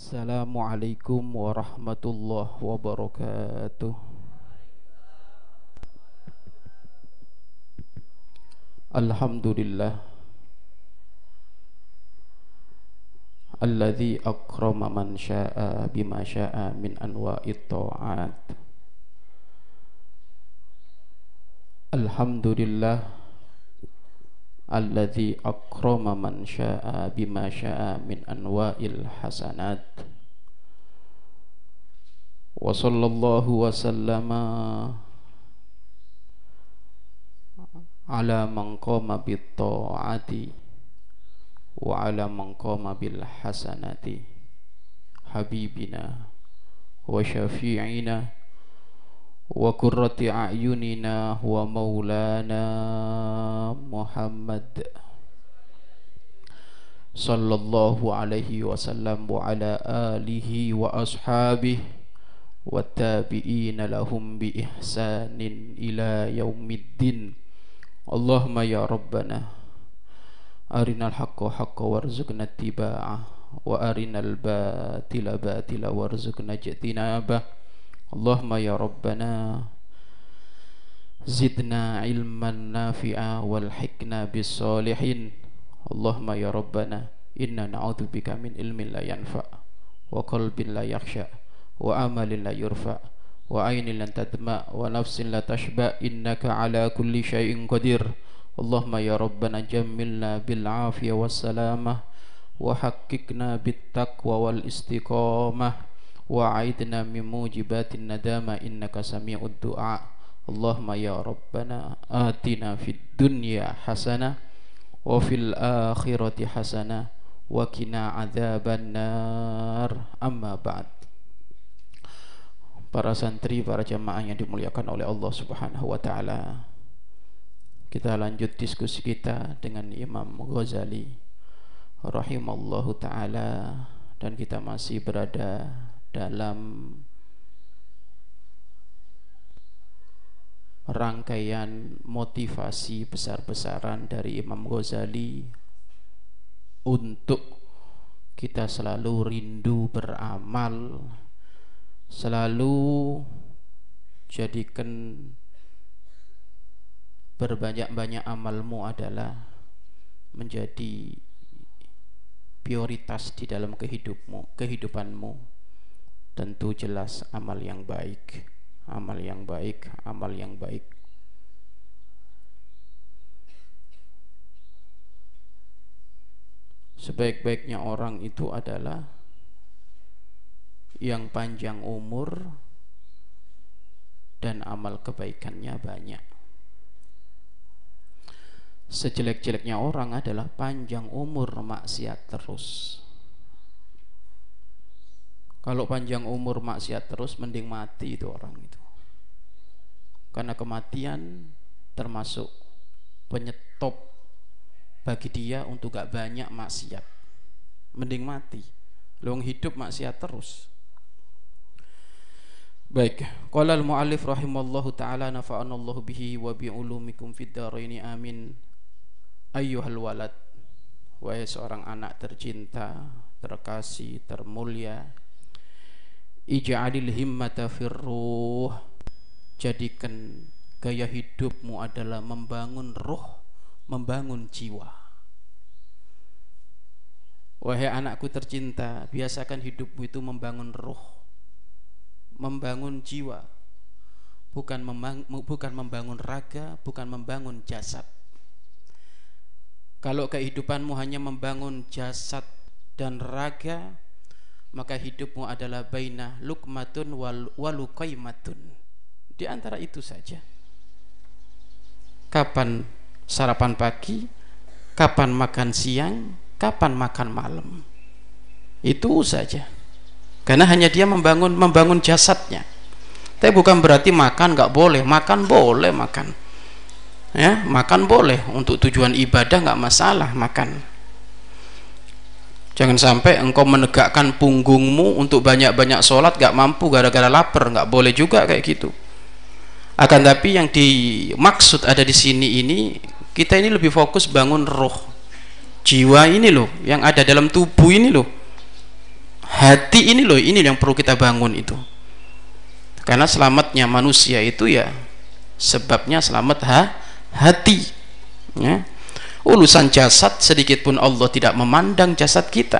Assalamualaikum warahmatullahi wabarakatuh. Alhamdulillah alladzi akrama man syaa bima syaa min anwa'it ta'at. Alhamdulillah alladzi akrama man syaa bima syaa min anwa'il hasanat. Wa sallallahu wa sallama ala man qama bit ta'ati wa ala man qama bil hasanati habibina wa syafi'ina wa qurrati a'yunina wa maulana Muhammad sallallahu alaihi wasallam wa ala alihi wa ashabihi wa tabi'ina lahum bi ihsanin ila yaumiddin. Allahumma ya Rabbana arinal haqqa haqqa warzuqna ittiba'ah wa arinal batila batila warzuqna ijtinabah. Allahumma ya Rabbana zidna ilman nafi'a walhiqna bis salihin. Allahumma ya Rabbana inna na'udzubika min ilmin la yanfa' wa qalbin la yakhsha wa amalin la yurfa' wa aynin lan tadma' wa nafsin la tashba' innaka ala kulli syai'in qadir. Allahumma ya Rabbana jammilna bil afiyah was salamah wa haqqqiqna bit taqwa wal istiqamah wa aidna min mujibatin nadama innaka sami'ud du'a. Allahumma ya Rabbana atina fid dunya hasanah wa fil akhirati hasanah wa qina adzaban nar. Amma ba'd. Para santri, para jamaah yang dimuliakan oleh Allah Subhanahu wa taala, kita lanjut diskusi kita dengan Imam Ghazali rahimallahu taala, dan kita masih berada dalam rangkaian motivasi besar-besaran dari Imam Ghazali untuk kita selalu rindu beramal, selalu jadikan berbanyak-banyak amalmu adalah menjadi prioritas di dalam kehidupanmu. Tentu jelas amal yang baik, amal yang baik, amal yang baik. Sebaik-baiknya orang itu adalah yang panjang umur dan amal kebaikannya banyak. Sejelek-jeleknya orang adalah panjang umur maksiat terus. Kalau panjang umur maksiat terus, mending mati itu orang itu. Karena kematian termasuk penyetop bagi dia untuk gak banyak maksiat. Mending mati. Long hidup maksiat terus. Baik, qala al-muallif rahimallahu taala nafa'anallahu bihi wa bi ulumikum fid dharaini amin. Ayyuhal walad, wahai seorang anak tercinta, terkasih, termulia, ij'alil himmata firruh, jadikan gaya hidupmu adalah membangun ruh, membangun jiwa. Wahai anakku tercinta, biasakan hidupmu itu membangun ruh, membangun jiwa, bukan membangun raga, bukan membangun jasad. Kalau kehidupanmu hanya membangun jasad dan raga, maka hidupmu adalah baina lukmatun waluqaimatun. Di antara itu saja. Kapan sarapan pagi, kapan makan siang, kapan makan malam. Itu saja. Karena hanya dia membangun jasadnya. Tapi bukan berarti makan nggak boleh, makan boleh makan. Ya, makan boleh untuk tujuan ibadah, nggak masalah makan. Jangan sampai engkau menegakkan punggungmu untuk banyak-banyak sholat gak mampu gara-gara lapar, nggak boleh juga kayak gitu. Akan tapi yang dimaksud ada di sini ini, kita ini lebih fokus bangun roh, jiwa ini loh, yang ada dalam tubuh ini loh. Hati ini loh, ini yang perlu kita bangun itu. Karena selamatnya manusia itu ya sebabnya selamat hati. Ya. Urusan jasad sedikit pun Allah tidak memandang jasad kita.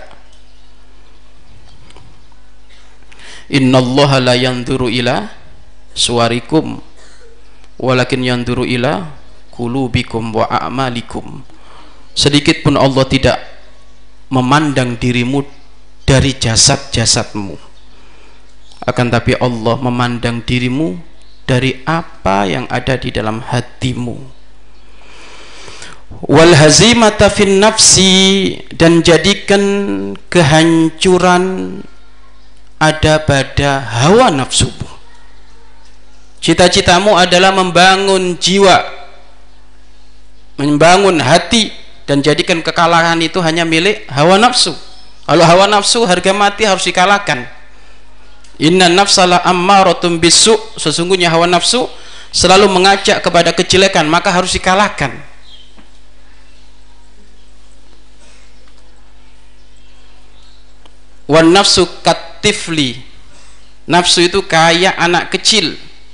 Innallaha la yanzuru ila suwarikum walakin yanzuru ila qulubikum wa a'malikum. Sedikit pun Allah tidak memandang dirimu dari jasad-jasadmu, akan tapi Allah memandang dirimu dari apa yang ada di dalam hatimu. Wal hazimata fin nafsi, dan jadikan kehancuran ada pada hawa nafsumu. Cita-citamu adalah membangun jiwa, membangun hati, dan jadikan kekalahan itu hanya milik hawa nafsu. Kalau hawa nafsu harga mati harus dikalahkan. Inna nafsala ammaratun bisu, sesungguhnya hawa nafsu selalu mengajak kepada kejelekan, maka harus dikalahkan. Wan nafsu katifli, nafsu itu kayak anak kecil,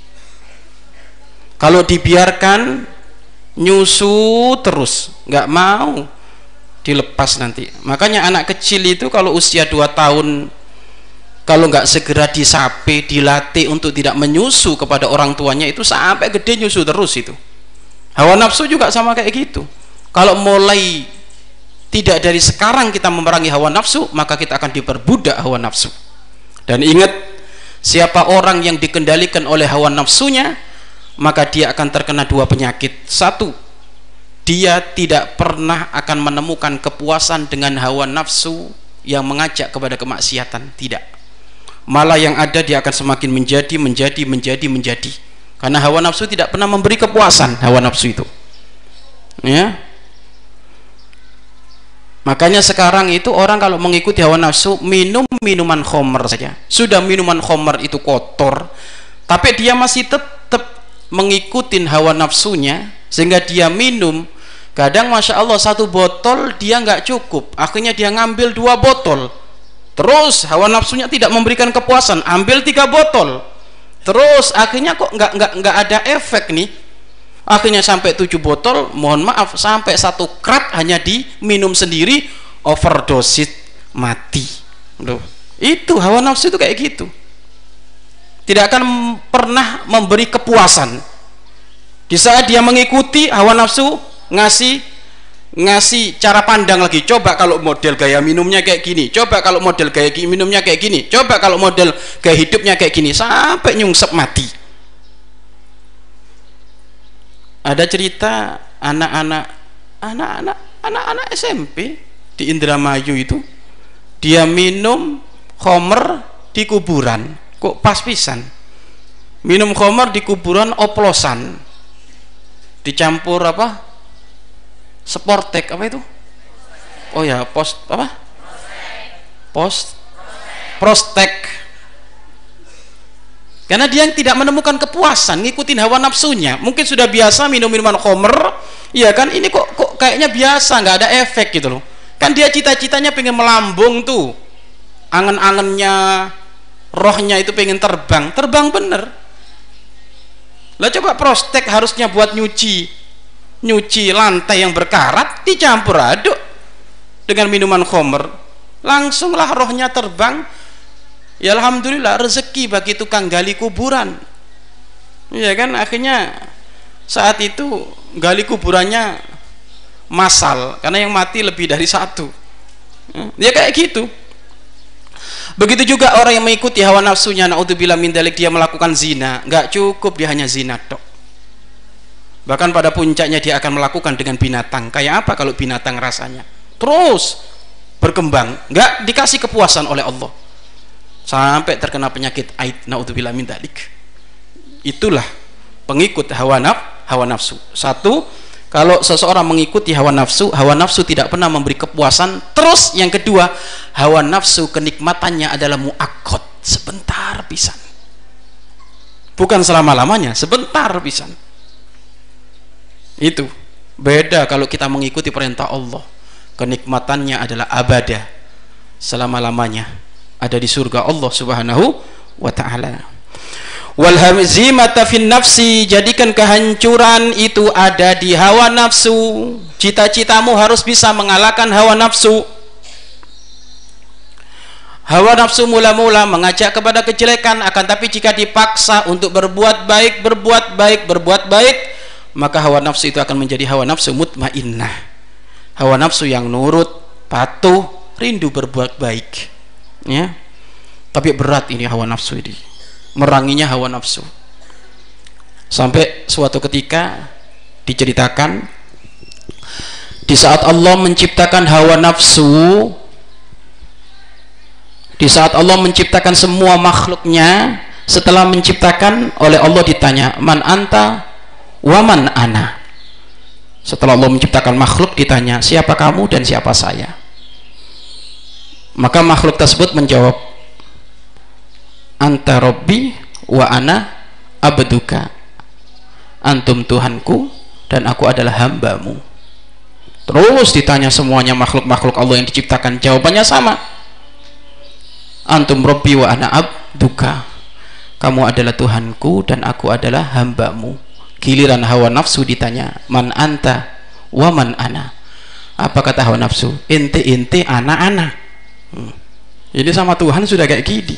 kalau dibiarkan nyusu terus, nggak mau dilepas nanti. Makanya anak kecil itu kalau usia 2 tahun, kalau nggak segera disape, dilatih untuk tidak menyusu kepada orang tuanya, itu sampai gede nyusu terus itu. Hawa nafsu juga sama kayak gitu. Kalau mulai tidak dari sekarang kita memerangi hawa nafsu, maka kita akan diperbudak hawa nafsu. Dan ingat, siapa orang yang dikendalikan oleh hawa nafsunya, maka dia akan terkena 2 penyakit. 1, dia tidak pernah akan menemukan kepuasan dengan hawa nafsu yang mengajak kepada kemaksiatan, tidak. Malah yang ada dia akan semakin menjadi. Karena hawa nafsu tidak pernah memberi kepuasan, hawa nafsu itu. Ya. Makanya sekarang itu orang kalau mengikuti hawa nafsu, minum minuman khamr saja. Sudah minuman khamr itu kotor, tapi dia masih tetap mengikuti hawa nafsunya, sehingga dia minum. Kadang Masya Allah 1 botol dia nggak cukup, akhirnya dia ngambil 2 botol. Terus hawa nafsunya tidak memberikan kepuasan, ambil 3 botol. Terus akhirnya kok nggak ada efek nih. Akhirnya sampai 7 botol, mohon maaf, sampai 1 krat hanya diminum sendiri, overdosis, mati. Loh, itu hawa nafsu itu kayak gitu, tidak akan pernah memberi kepuasan. Di saat dia mengikuti hawa nafsu, ngasih cara pandang lagi. Coba kalau model gaya minumnya kayak gini, coba kalau model gaya minumnya kayak gini, coba kalau model gaya hidupnya kayak gini, sampai nyungsep mati. Ada cerita anak-anak SMP di Indramayu itu, dia minum khamr di kuburan. Kok pas pisan, minum khamr di kuburan, oplosan dicampur apa, sportek apa itu, oh ya, prostek. Karena dia tidak menemukan kepuasan, ngikutin hawa nafsunya. Mungkin sudah biasa minum minuman khamr, ya kan, ini kok kayaknya biasa, nggak ada efek gitu loh. Kan dia cita-citanya pengen melambung tuh, angen-angennya, rohnya itu pengen terbang bener. Lah coba prostek harusnya buat nyuci lantai yang berkarat, dicampur aduk dengan minuman khamr, langsunglah rohnya terbang. Ya alhamdulillah, rezeki bagi tukang gali kuburan. Ya kan, akhirnya saat itu gali kuburannya massal, karena yang mati lebih dari 1. Ya kayak gitu. Begitu juga orang yang mengikuti hawa nafsunya, naudzubillah min dzalik, dia melakukan zina. Nggak cukup dia hanya zina tok, bahkan pada puncaknya dia akan melakukan dengan binatang. Kayak apa kalau binatang rasanya? Terus berkembang, nggak dikasih kepuasan oleh Allah, sampai terkena penyakit aid, naudzubillah min dzalik. Itulah pengikut hawa nafsu. 1, kalau seseorang mengikuti hawa nafsu tidak pernah memberi kepuasan. Terus yang kedua, hawa nafsu kenikmatannya adalah muakkad, sebentar pisan, bukan selama-lamanya, sebentar pisan. Itu beda kalau kita mengikuti perintah Allah, kenikmatannya adalah abadah, selama-lamanya. ada di surga Allah Subhanahu wa ta'ala. Wal hazimata fin nafsi, jadikan kehancuran itu ada di hawa nafsu. Cita-citamu harus bisa mengalahkan hawa nafsu. Hawa nafsu mula-mula mengajak kepada kejelekan, akan tapi jika dipaksa untuk berbuat baik, maka hawa nafsu itu akan menjadi hawa nafsu mutmainnah, hawa nafsu yang nurut, patuh, rindu berbuat baik, ya. Tapi berat ini hawa nafsu ini, meranginya hawa nafsu. Sampai suatu ketika diceritakan, di saat Allah menciptakan hawa nafsu, di saat Allah menciptakan semua makhluknya, setelah menciptakan, oleh Allah ditanya, man anta wa man ana. Setelah Allah menciptakan makhluk, ditanya, siapa kamu dan siapa saya? Maka makhluk tersebut menjawab, anta rabbi wa ana abduka. Antum Tuhanku dan aku adalah hambamu. Terus ditanya semuanya makhluk-makhluk Allah yang diciptakan, jawabannya sama, antum rabbi wa ana abduka. Kamu adalah Tuhanku dan aku adalah hambamu. Giliran hawa nafsu ditanya, man anta wa man ana. Apa kata hawa nafsu? Inti ana. Ini sama Tuhan sudah kayak gini.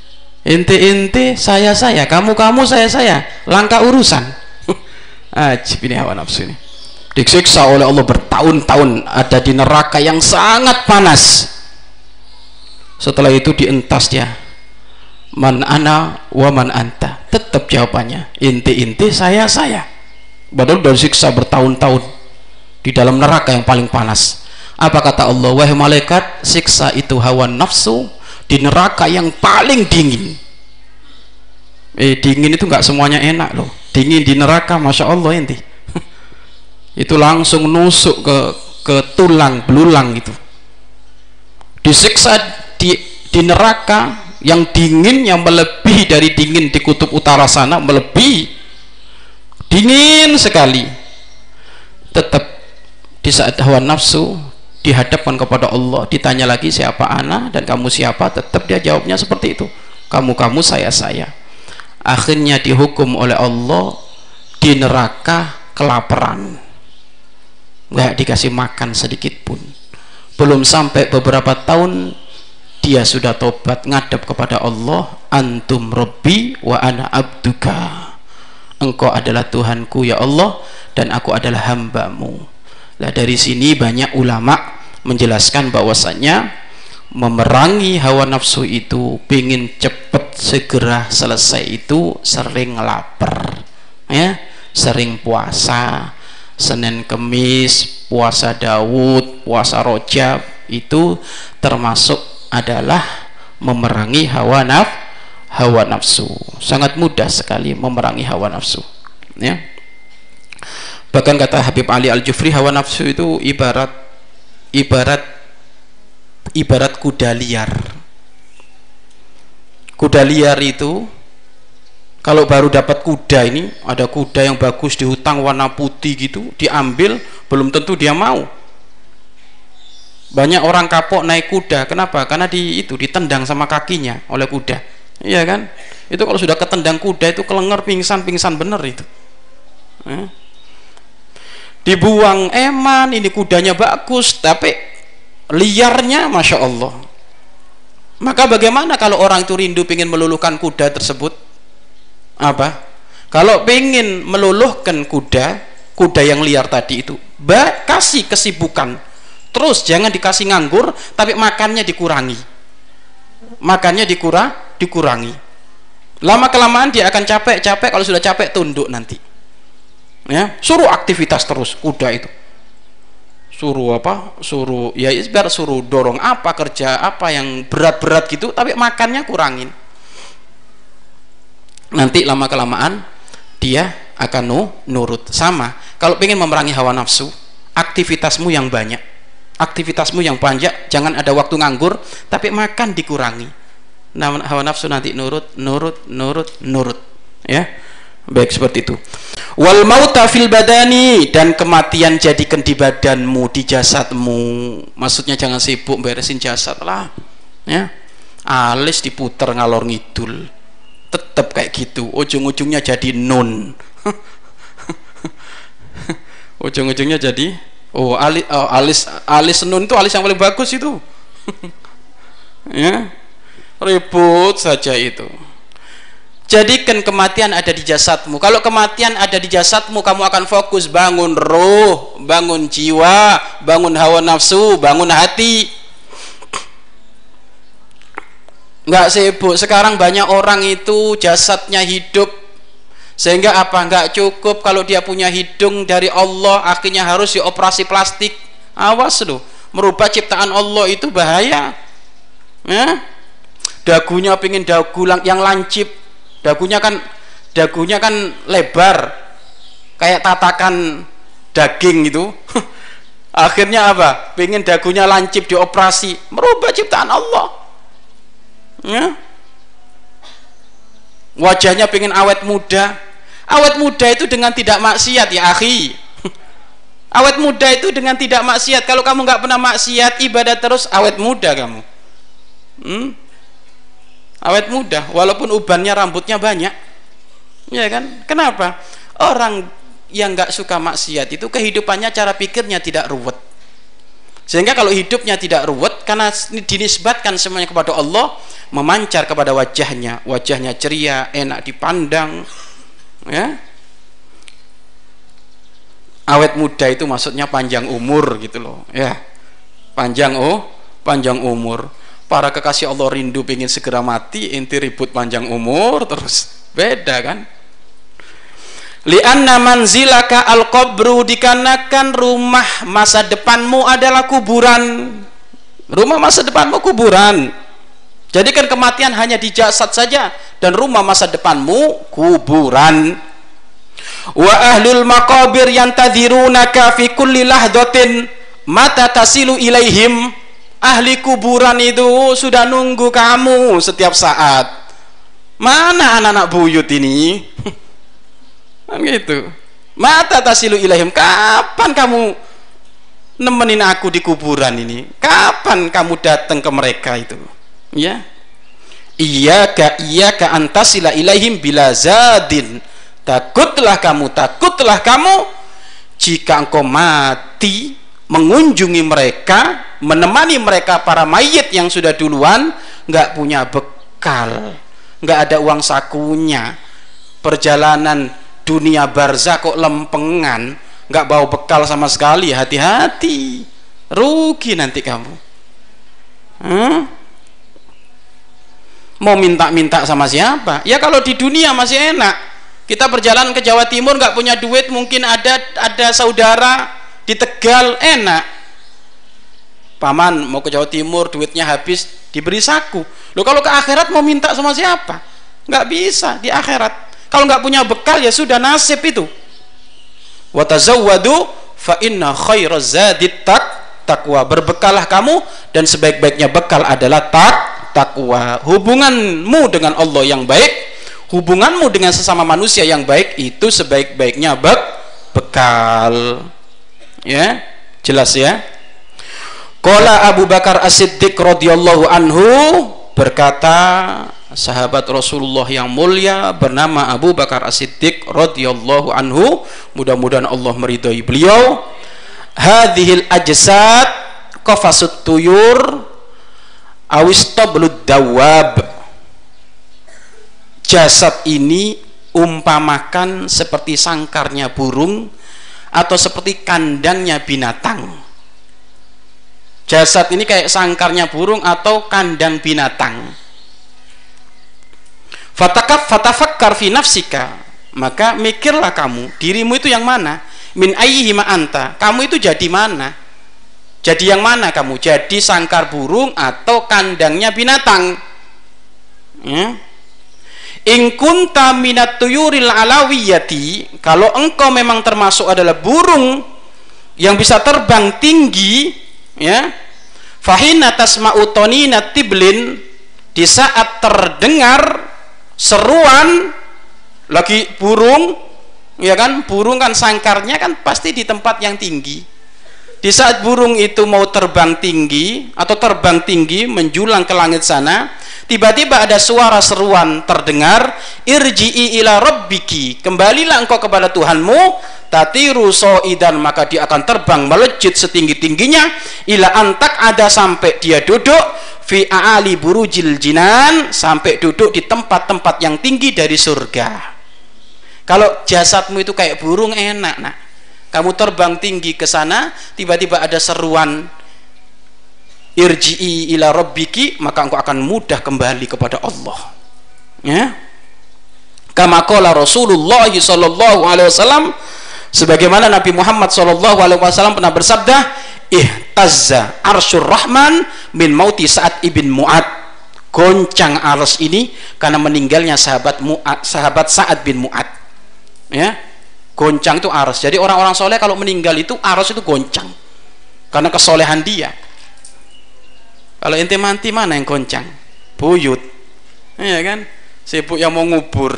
Inti saya, kamu saya, langkah urusan. Ajib ini hawa nafsu ini. Disiksa oleh Allah bertahun-tahun, ada di neraka yang sangat panas. Setelah itu dientas dia, man ana wa man anta. Tetap jawabannya inti saya. Padahal sudah disiksa bertahun-tahun di dalam neraka yang paling panas. Apa kata Allah? Wahai malaikat, siksa itu hawa nafsu di neraka yang paling dingin. Dingin itu nggak semuanya enak loh. Dingin di neraka, masya Allah inti. Itu langsung nusuk ke tulang belulang itu. Disiksa di neraka yang dingin, yang melebihi dari dingin di kutub utara sana, melebihi dingin sekali. Tetap di saat hawa nafsu dihadapkan kepada Allah, ditanya lagi siapa ana dan kamu siapa, tetap dia jawabnya seperti itu, kamu saya. Akhirnya dihukum oleh Allah di neraka kelaparan, nggak dikasih makan sedikit pun. Belum sampai beberapa tahun dia sudah tobat, ngadap kepada Allah, antum rabbi wa ana abduka. Engkau adalah Tuhanku ya Allah dan aku adalah hambamu. Nah, dari sini banyak ulama menjelaskan bahwasanya memerangi hawa nafsu itu, pingin cepet segera selesai itu, sering lapar, ya, sering puasa Senin Kemis, puasa Daud, puasa Rojab, itu termasuk adalah memerangi hawa nafsu. Sangat mudah sekali memerangi hawa nafsu, ya. Bahkan kata Habib Ali Al-Jufri, hawa nafsu itu ibarat kuda liar. Kuda liar itu kalau baru dapat kuda, ini ada kuda yang bagus di hutang warna putih gitu, diambil belum tentu dia mau. Banyak orang kapok naik kuda, kenapa? Karena ditendang sama kakinya oleh kuda, iya kan? Itu kalau sudah ketendang kuda itu kelenger, pingsan bener itu. Dibuang eman, ini kudanya bagus tapi liarnya masya Allah. Maka bagaimana kalau orang itu rindu ingin meluluhkan kuda tersebut? Apa? Kalau ingin meluluhkan kuda yang liar tadi itu, kasih kesibukan terus, jangan dikasih nganggur, tapi makannya dikurangi. Dikurangi. Lama kelamaan dia akan capek. Kalau sudah capek tunduk nanti. Ya, suruh aktivitas terus kuda itu. Suruh dorong apa, kerja apa yang berat-berat gitu, tapi makannya kurangin. Nanti lama kelamaan dia akan nurut. Sama kalau pengen memerangi hawa nafsu, aktivitasmu yang banyak, aktivitasmu yang panjang, jangan ada waktu nganggur, tapi makan dikurangi. Nah, hawa nafsu nanti nurut, ya. Baik, seperti itu. Wal mauta fil badani, dan kematian jadikan di badanmu, di jasadmu. Maksudnya jangan sibuk beresin jasad lah, ya. alis diputer ngalor ngidul, tetep kayak gitu, ujung-ujungnya jadi nun. Ujung-ujungnya jadi alis nun itu alis yang paling bagus itu. Ya, ribut saja itu. Jadikan kematian ada di jasadmu. Kalau kematian ada di jasadmu, kamu akan fokus bangun roh, bangun jiwa, bangun hawa nafsu, bangun hati. Nggak sibuk. Sekarang banyak orang itu jasadnya hidup, sehingga apa? Nggak cukup kalau dia punya hidung dari Allah, akhirnya harus dioperasi plastik. Awas loh, merubah ciptaan Allah itu bahaya. Ya? Dagunya pengen dagu yang lancip, dagunya kan lebar kayak tatakan daging gitu. Akhirnya apa? Pengen dagunya lancip, dioperasi, merubah ciptaan Allah. Ya? Wajahnya pengen awet muda. Awet muda itu dengan tidak maksiat ya akhi. Awet muda itu dengan tidak maksiat. Kalau kamu nggak pernah maksiat, ibadah terus, awet muda kamu. Awet muda walaupun ubannya rambutnya banyak, ya kan? Kenapa? Orang yang nggak suka maksiat itu kehidupannya, cara pikirnya tidak ruwet, sehingga kalau hidupnya tidak ruwet karena dinisbatkan semuanya kepada Allah, memancar kepada wajahnya ceria, enak dipandang, ya. Awet muda itu maksudnya panjang umur gitu loh, ya. Panjang umur. Para kekasih Allah rindu pengen segera mati, inti ribut panjang umur terus, beda kan? Li'anna manzilaka al-qabru, dikarenakan rumah masa depanmu adalah kuburan. Rumah masa depanmu kuburan. Jadikan kematian hanya di jasad saja, dan rumah masa depanmu kuburan. Wa ahlul maqabir yantadhirunaka fi kulli lahdhatin mata tasilu ilaihim. Ahli kuburan itu sudah nunggu kamu setiap saat. Mana anak-anak buyut ini? Kan gitu. Mata tasilu ilaihim, kapan kamu nemenin aku di kuburan ini? Kapan kamu datang ke mereka itu? Ya. Iyyaka antasila ilaihim bila zadin. Takutlah kamu jika engkau mati mengunjungi mereka, menemani mereka para mayit yang sudah duluan, nggak punya bekal, nggak ada uang sakunya, perjalanan dunia barzah kok lempengan, nggak bawa bekal sama sekali, hati-hati, rugi nanti kamu. Mau minta-minta sama siapa? Ya kalau di dunia masih enak, kita perjalanan ke Jawa Timur nggak punya duit, mungkin ada saudara di Tegal, enak. Paman mau ke Jawa Timur, duitnya habis, diberi saku. Loh kalau ke akhirat mau minta sama siapa? Nggak bisa di akhirat. Kalau nggak punya bekal ya sudah, nasib itu. Wa tazawwadu fa inna khairaz zadit taqwa. Berbekalah kamu, dan sebaik-baiknya bekal adalah takwa. Hubunganmu dengan Allah yang baik, hubunganmu dengan sesama manusia yang baik, itu sebaik-baiknya bekal. Ya, jelas ya. Qala Abu Bakar As-Siddiq radhiyallahu anhu, berkata sahabat Rasulullah yang mulia bernama Abu Bakar As-Siddiq radhiyallahu anhu, mudah-mudahan Allah meridhai beliau, hadhil ajsad qafasut tuyur awistablud dawab. Jasad ini umpamakan seperti sangkarnya burung atau seperti kandangnya binatang. Jasad ini kayak sangkarnya burung atau kandang binatang. Fatafakkar fi nafsika, maka mikirlah kamu, dirimu itu yang mana? Min ayyihi ma anta, kamu itu jadi mana? Jadi yang mana kamu? Jadi sangkar burung atau kandangnya binatang? Ya. In kunta minat tuyuril alawiyati, kalau engkau memang termasuk adalah burung yang bisa terbang tinggi, ya, fahina tasma'u tonina tiblin, di saat terdengar seruan lagi burung, ya kan, burung kan sangkarnya kan pasti di tempat yang tinggi. Di saat burung itu mau terbang tinggi atau terbang tinggi menjulang ke langit sana, tiba-tiba ada suara seruan terdengar, irji'i ila rabbiki, kembalilah engkau kepada Tuhanmu, tatiru so'idan, maka dia akan terbang melejit setinggi-tingginya, ila antak ada, sampai dia duduk fi a'ali burujil jinan, sampai duduk di tempat-tempat yang tinggi dari surga. Kalau jasadmu itu kayak burung enak, nak. Kamu terbang tinggi ke sana, tiba-tiba ada seruan irji'i ila rabbiki, maka engkau akan mudah kembali kepada Allah. Ya. Kama qala Rasulullah sallallahu alaihi wasallam, sebagaimana Nabi Muhammad sallallahu alaihi wasallam pernah bersabda, ihtazza arsyur rahman min mauti Sa'ad ibn Mu'ad, goncang arsy ini karena meninggalnya sahabat Sa'ad bin Mu'ad. Ya, goncang itu arsy. Jadi orang-orang soleh kalau meninggal itu arsy itu goncang karena kesolehan dia. Kalau ente mati mana yang goncang? Buyut, ya kan? Sibuk yang mau ngubur.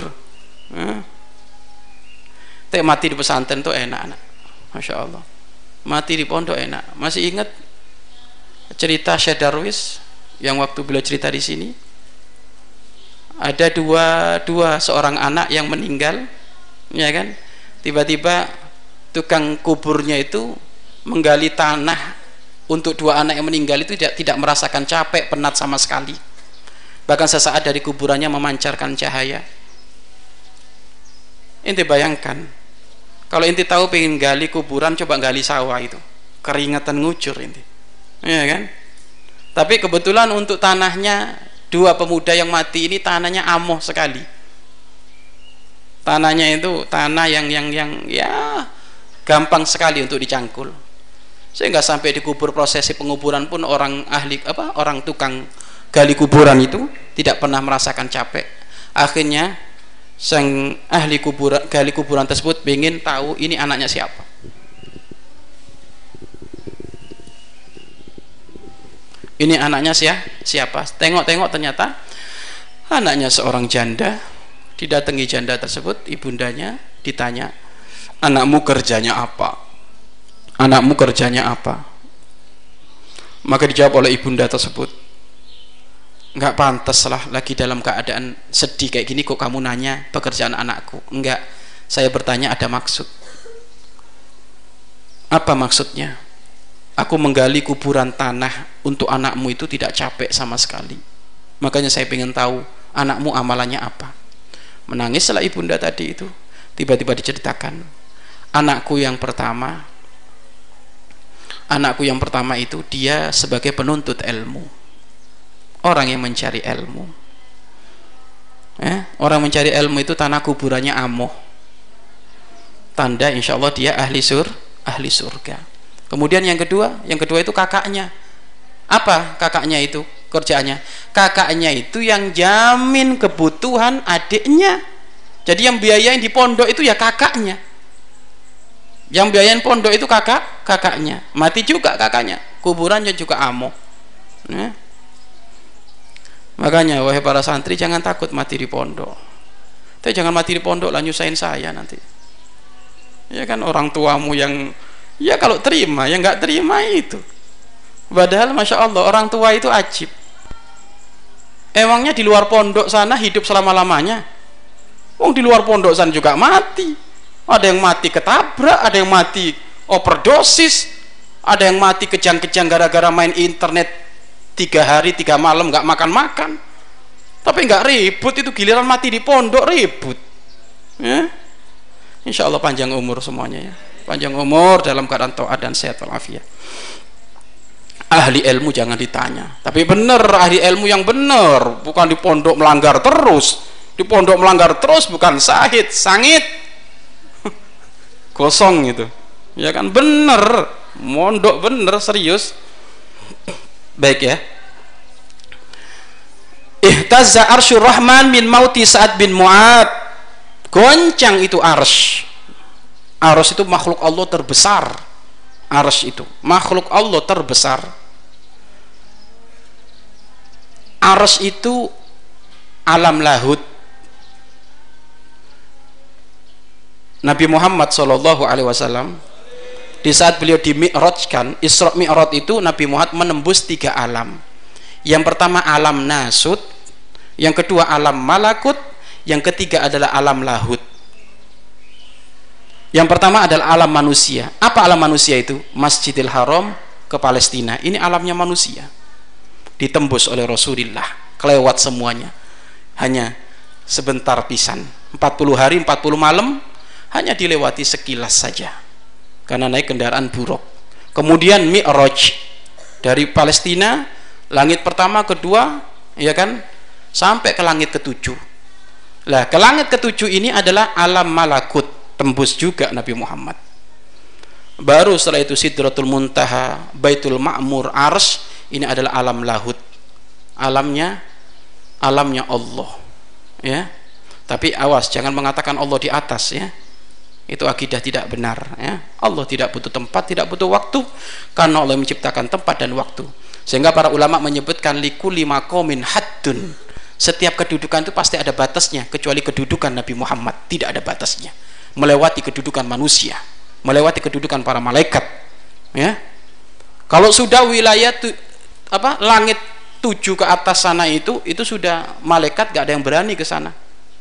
Teh mati di pesantren tuh enak, anak. Masya Allah. Mati di pondok enak. Masih ingat cerita Syekh Darwis yang waktu beliau cerita di sini? Ada dua seorang anak yang meninggal, ya kan? Tiba-tiba tukang kuburnya itu menggali tanah untuk dua anak yang meninggal itu tidak merasakan capek, penat sama sekali. Bahkan sesaat dari kuburannya memancarkan cahaya. Ente bayangkan, kalau ente tahu pengen gali kuburan, coba gali sawah itu, keringatan ngucur ente, ya kan? Tapi kebetulan untuk tanahnya dua pemuda yang mati ini tanahnya amoh sekali. Tanahnya itu tanah yang ya gampang sekali untuk dicangkul. Sehingga sampai dikubur, prosesi penguburan pun orang tukang gali kuburan itu tidak pernah merasakan capek. Akhirnya sang ahli gali kuburan tersebut ingin tahu ini anaknya siapa. Ini anaknya siapa? Tengok-tengok ternyata anaknya seorang janda. Didatangi janda tersebut, ibundanya, ditanya, anakmu kerjanya apa? Anakmu kerjanya apa? Maka dijawab oleh ibunda tersebut, enggak pantas lah lagi dalam keadaan sedih kayak gini kok kamu nanya pekerjaan anakku. Enggak, saya bertanya ada maksud. Apa maksudnya? Aku menggali kuburan tanah untuk anakmu itu tidak capek sama sekali. Makanya saya ingin tahu anakmu amalannya apa. Menangislah ibunda tadi itu. Tiba-tiba diceritakan, anakku yang pertama itu dia sebagai penuntut ilmu, orang yang mencari ilmu. Orang mencari ilmu itu tanah kuburannya amoh, tanda insya Allah dia ahli surga. Kemudian yang kedua itu kakaknya. Apa kakaknya itu kerjaannya? Kakaknya itu yang jamin kebutuhan adiknya. Jadi yang biayain di pondok itu ya kakaknya. Yang biayain pondok itu kakaknya. Mati juga kakaknya, kuburannya juga amoh. Makanya wahai para santri, jangan takut mati di pondok. Tapi jangan mati di pondok lah nyusahin saya nanti. Ya kan, orang tuamu yang ya kalau terima, yang nggak terima itu. Padahal masya Allah orang tua itu ajib. Emangnya di luar pondok sana hidup selama-lamanya? Wong di luar pondok sana juga mati. Ada yang mati ketabrak, ada yang mati overdosis, ada yang mati kejang-kejang gara-gara main internet 3 hari 3 malam nggak makan-makan. Tapi nggak ribut, itu giliran mati di pondok ribut. Ya? Insya Allah panjang umur semuanya ya. Panjang umur dalam keadaan taat dan sehat walafiat. Ahli ilmu jangan ditanya, tapi benar ahli ilmu yang benar, bukan di pondok melanggar terus. Di pondok melanggar terus bukan sangit kosong gitu, ya kan, bener mondok bener serius. Baik ya. Ihtazza arsyur rahman min mauti Sa'ad bin Mu'ad, goncang itu arsy. Arsy itu makhluk Allah terbesar. Arsy itu makhluk Allah terbesar. Arsy itu alam lahut. Nabi Muhammad SAW di saat beliau di-mi'rajkan, Isra Mi'raj itu Nabi Muhammad menembus 3 alam. Yang pertama alam nasut, yang kedua alam malakut, yang ketiga adalah alam lahut. Yang pertama adalah alam manusia. Apa alam manusia itu? Masjidil Haram ke Palestina, ini alamnya manusia, ditembus oleh Rasulullah, kelewat semuanya, hanya sebentar pisan, 40 hari 40 malam hanya dilewati sekilas saja karena naik kendaraan buruk. Kemudian Mi'raj dari Palestina, langit pertama, kedua, ya kan, sampai ke langit ketujuh. Lah, ke langit ketujuh ini adalah alam malakut, tembus juga Nabi Muhammad. Baru setelah itu Sidratul Muntaha, Baitul Ma'mur, Arsy, ini adalah alam lahut, alamnya Allah, ya. Tapi awas, jangan mengatakan Allah di atas, ya. Itu akidah tidak benar, ya. Allah tidak butuh tempat, tidak butuh waktu, karena Allah menciptakan tempat dan waktu. Sehingga para ulama menyebutkan likulli maqamin haddun. Setiap kedudukan itu pasti ada batasnya, kecuali kedudukan Nabi Muhammad tidak ada batasnya, melewati kedudukan manusia, melewati kedudukan para malaikat, ya. Kalau sudah wilayah langit 7 ke atas sana itu sudah malaikat gak ada yang berani ke sana.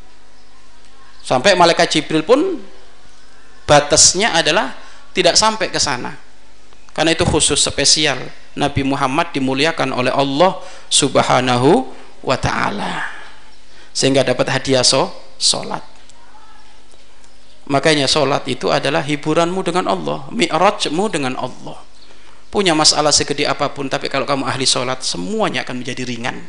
Sampai malaikat Jibril pun batasnya adalah tidak sampai ke sana, karena itu khusus spesial. Nabi Muhammad dimuliakan oleh Allah Subhanahu wa ta'ala, sehingga dapat hadiah sholat. Makanya sholat itu adalah hiburanmu dengan Allah, mi'rajmu dengan Allah. Punya masalah segede apapun, tapi kalau kamu ahli sholat, semuanya akan menjadi ringan.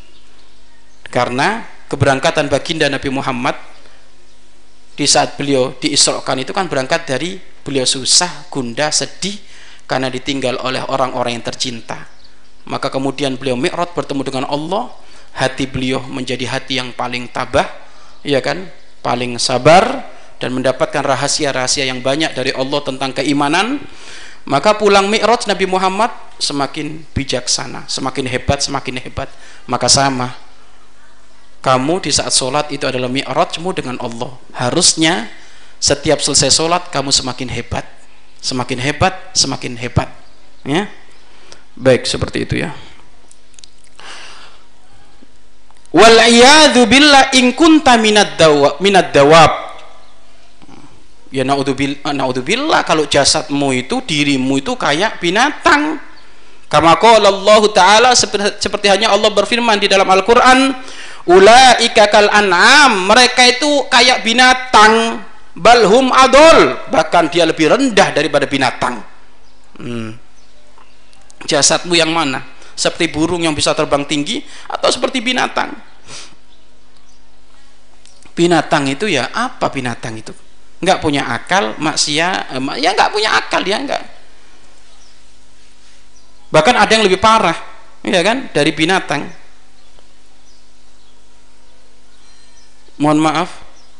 Karena keberangkatan baginda Nabi Muhammad di saat beliau diisrokan itu kan berangkat dari beliau susah, gundah, sedih karena ditinggal oleh orang-orang yang tercinta. Maka kemudian beliau mi'raj bertemu dengan Allah, hati beliau menjadi hati yang paling tabah, ya kan, paling sabar, dan mendapatkan rahasia-rahasia yang banyak dari Allah tentang keimanan. Maka pulang mi'raj Nabi Muhammad semakin bijaksana, semakin hebat, semakin hebat. Maka sama, kamu di saat sholat itu adalah mi'rajmu dengan Allah. Harusnya setiap selesai sholat kamu semakin hebat, semakin hebat, semakin hebat, ya. Baik, seperti itu, ya. Wal'iyadhu billah in kunta minad dawab. Ya naudzubillah, kalau jasadmu itu, dirimu itu kayak binatang. Kama qala Allah Ta'ala, seperti hanya Allah berfirman di dalam Al-Quran, ulaika kal an'am, mereka itu kayak binatang, balhum adol, bahkan dia lebih rendah daripada binatang. Jasadmu yang mana? Seperti burung yang bisa terbang tinggi, atau seperti binatang? Binatang itu ya apa? Binatang itu nggak punya akal, maksiat, ya nggak punya akal, dia nggak. Bahkan ada yang lebih parah, ya kan, dari binatang. Mohon maaf,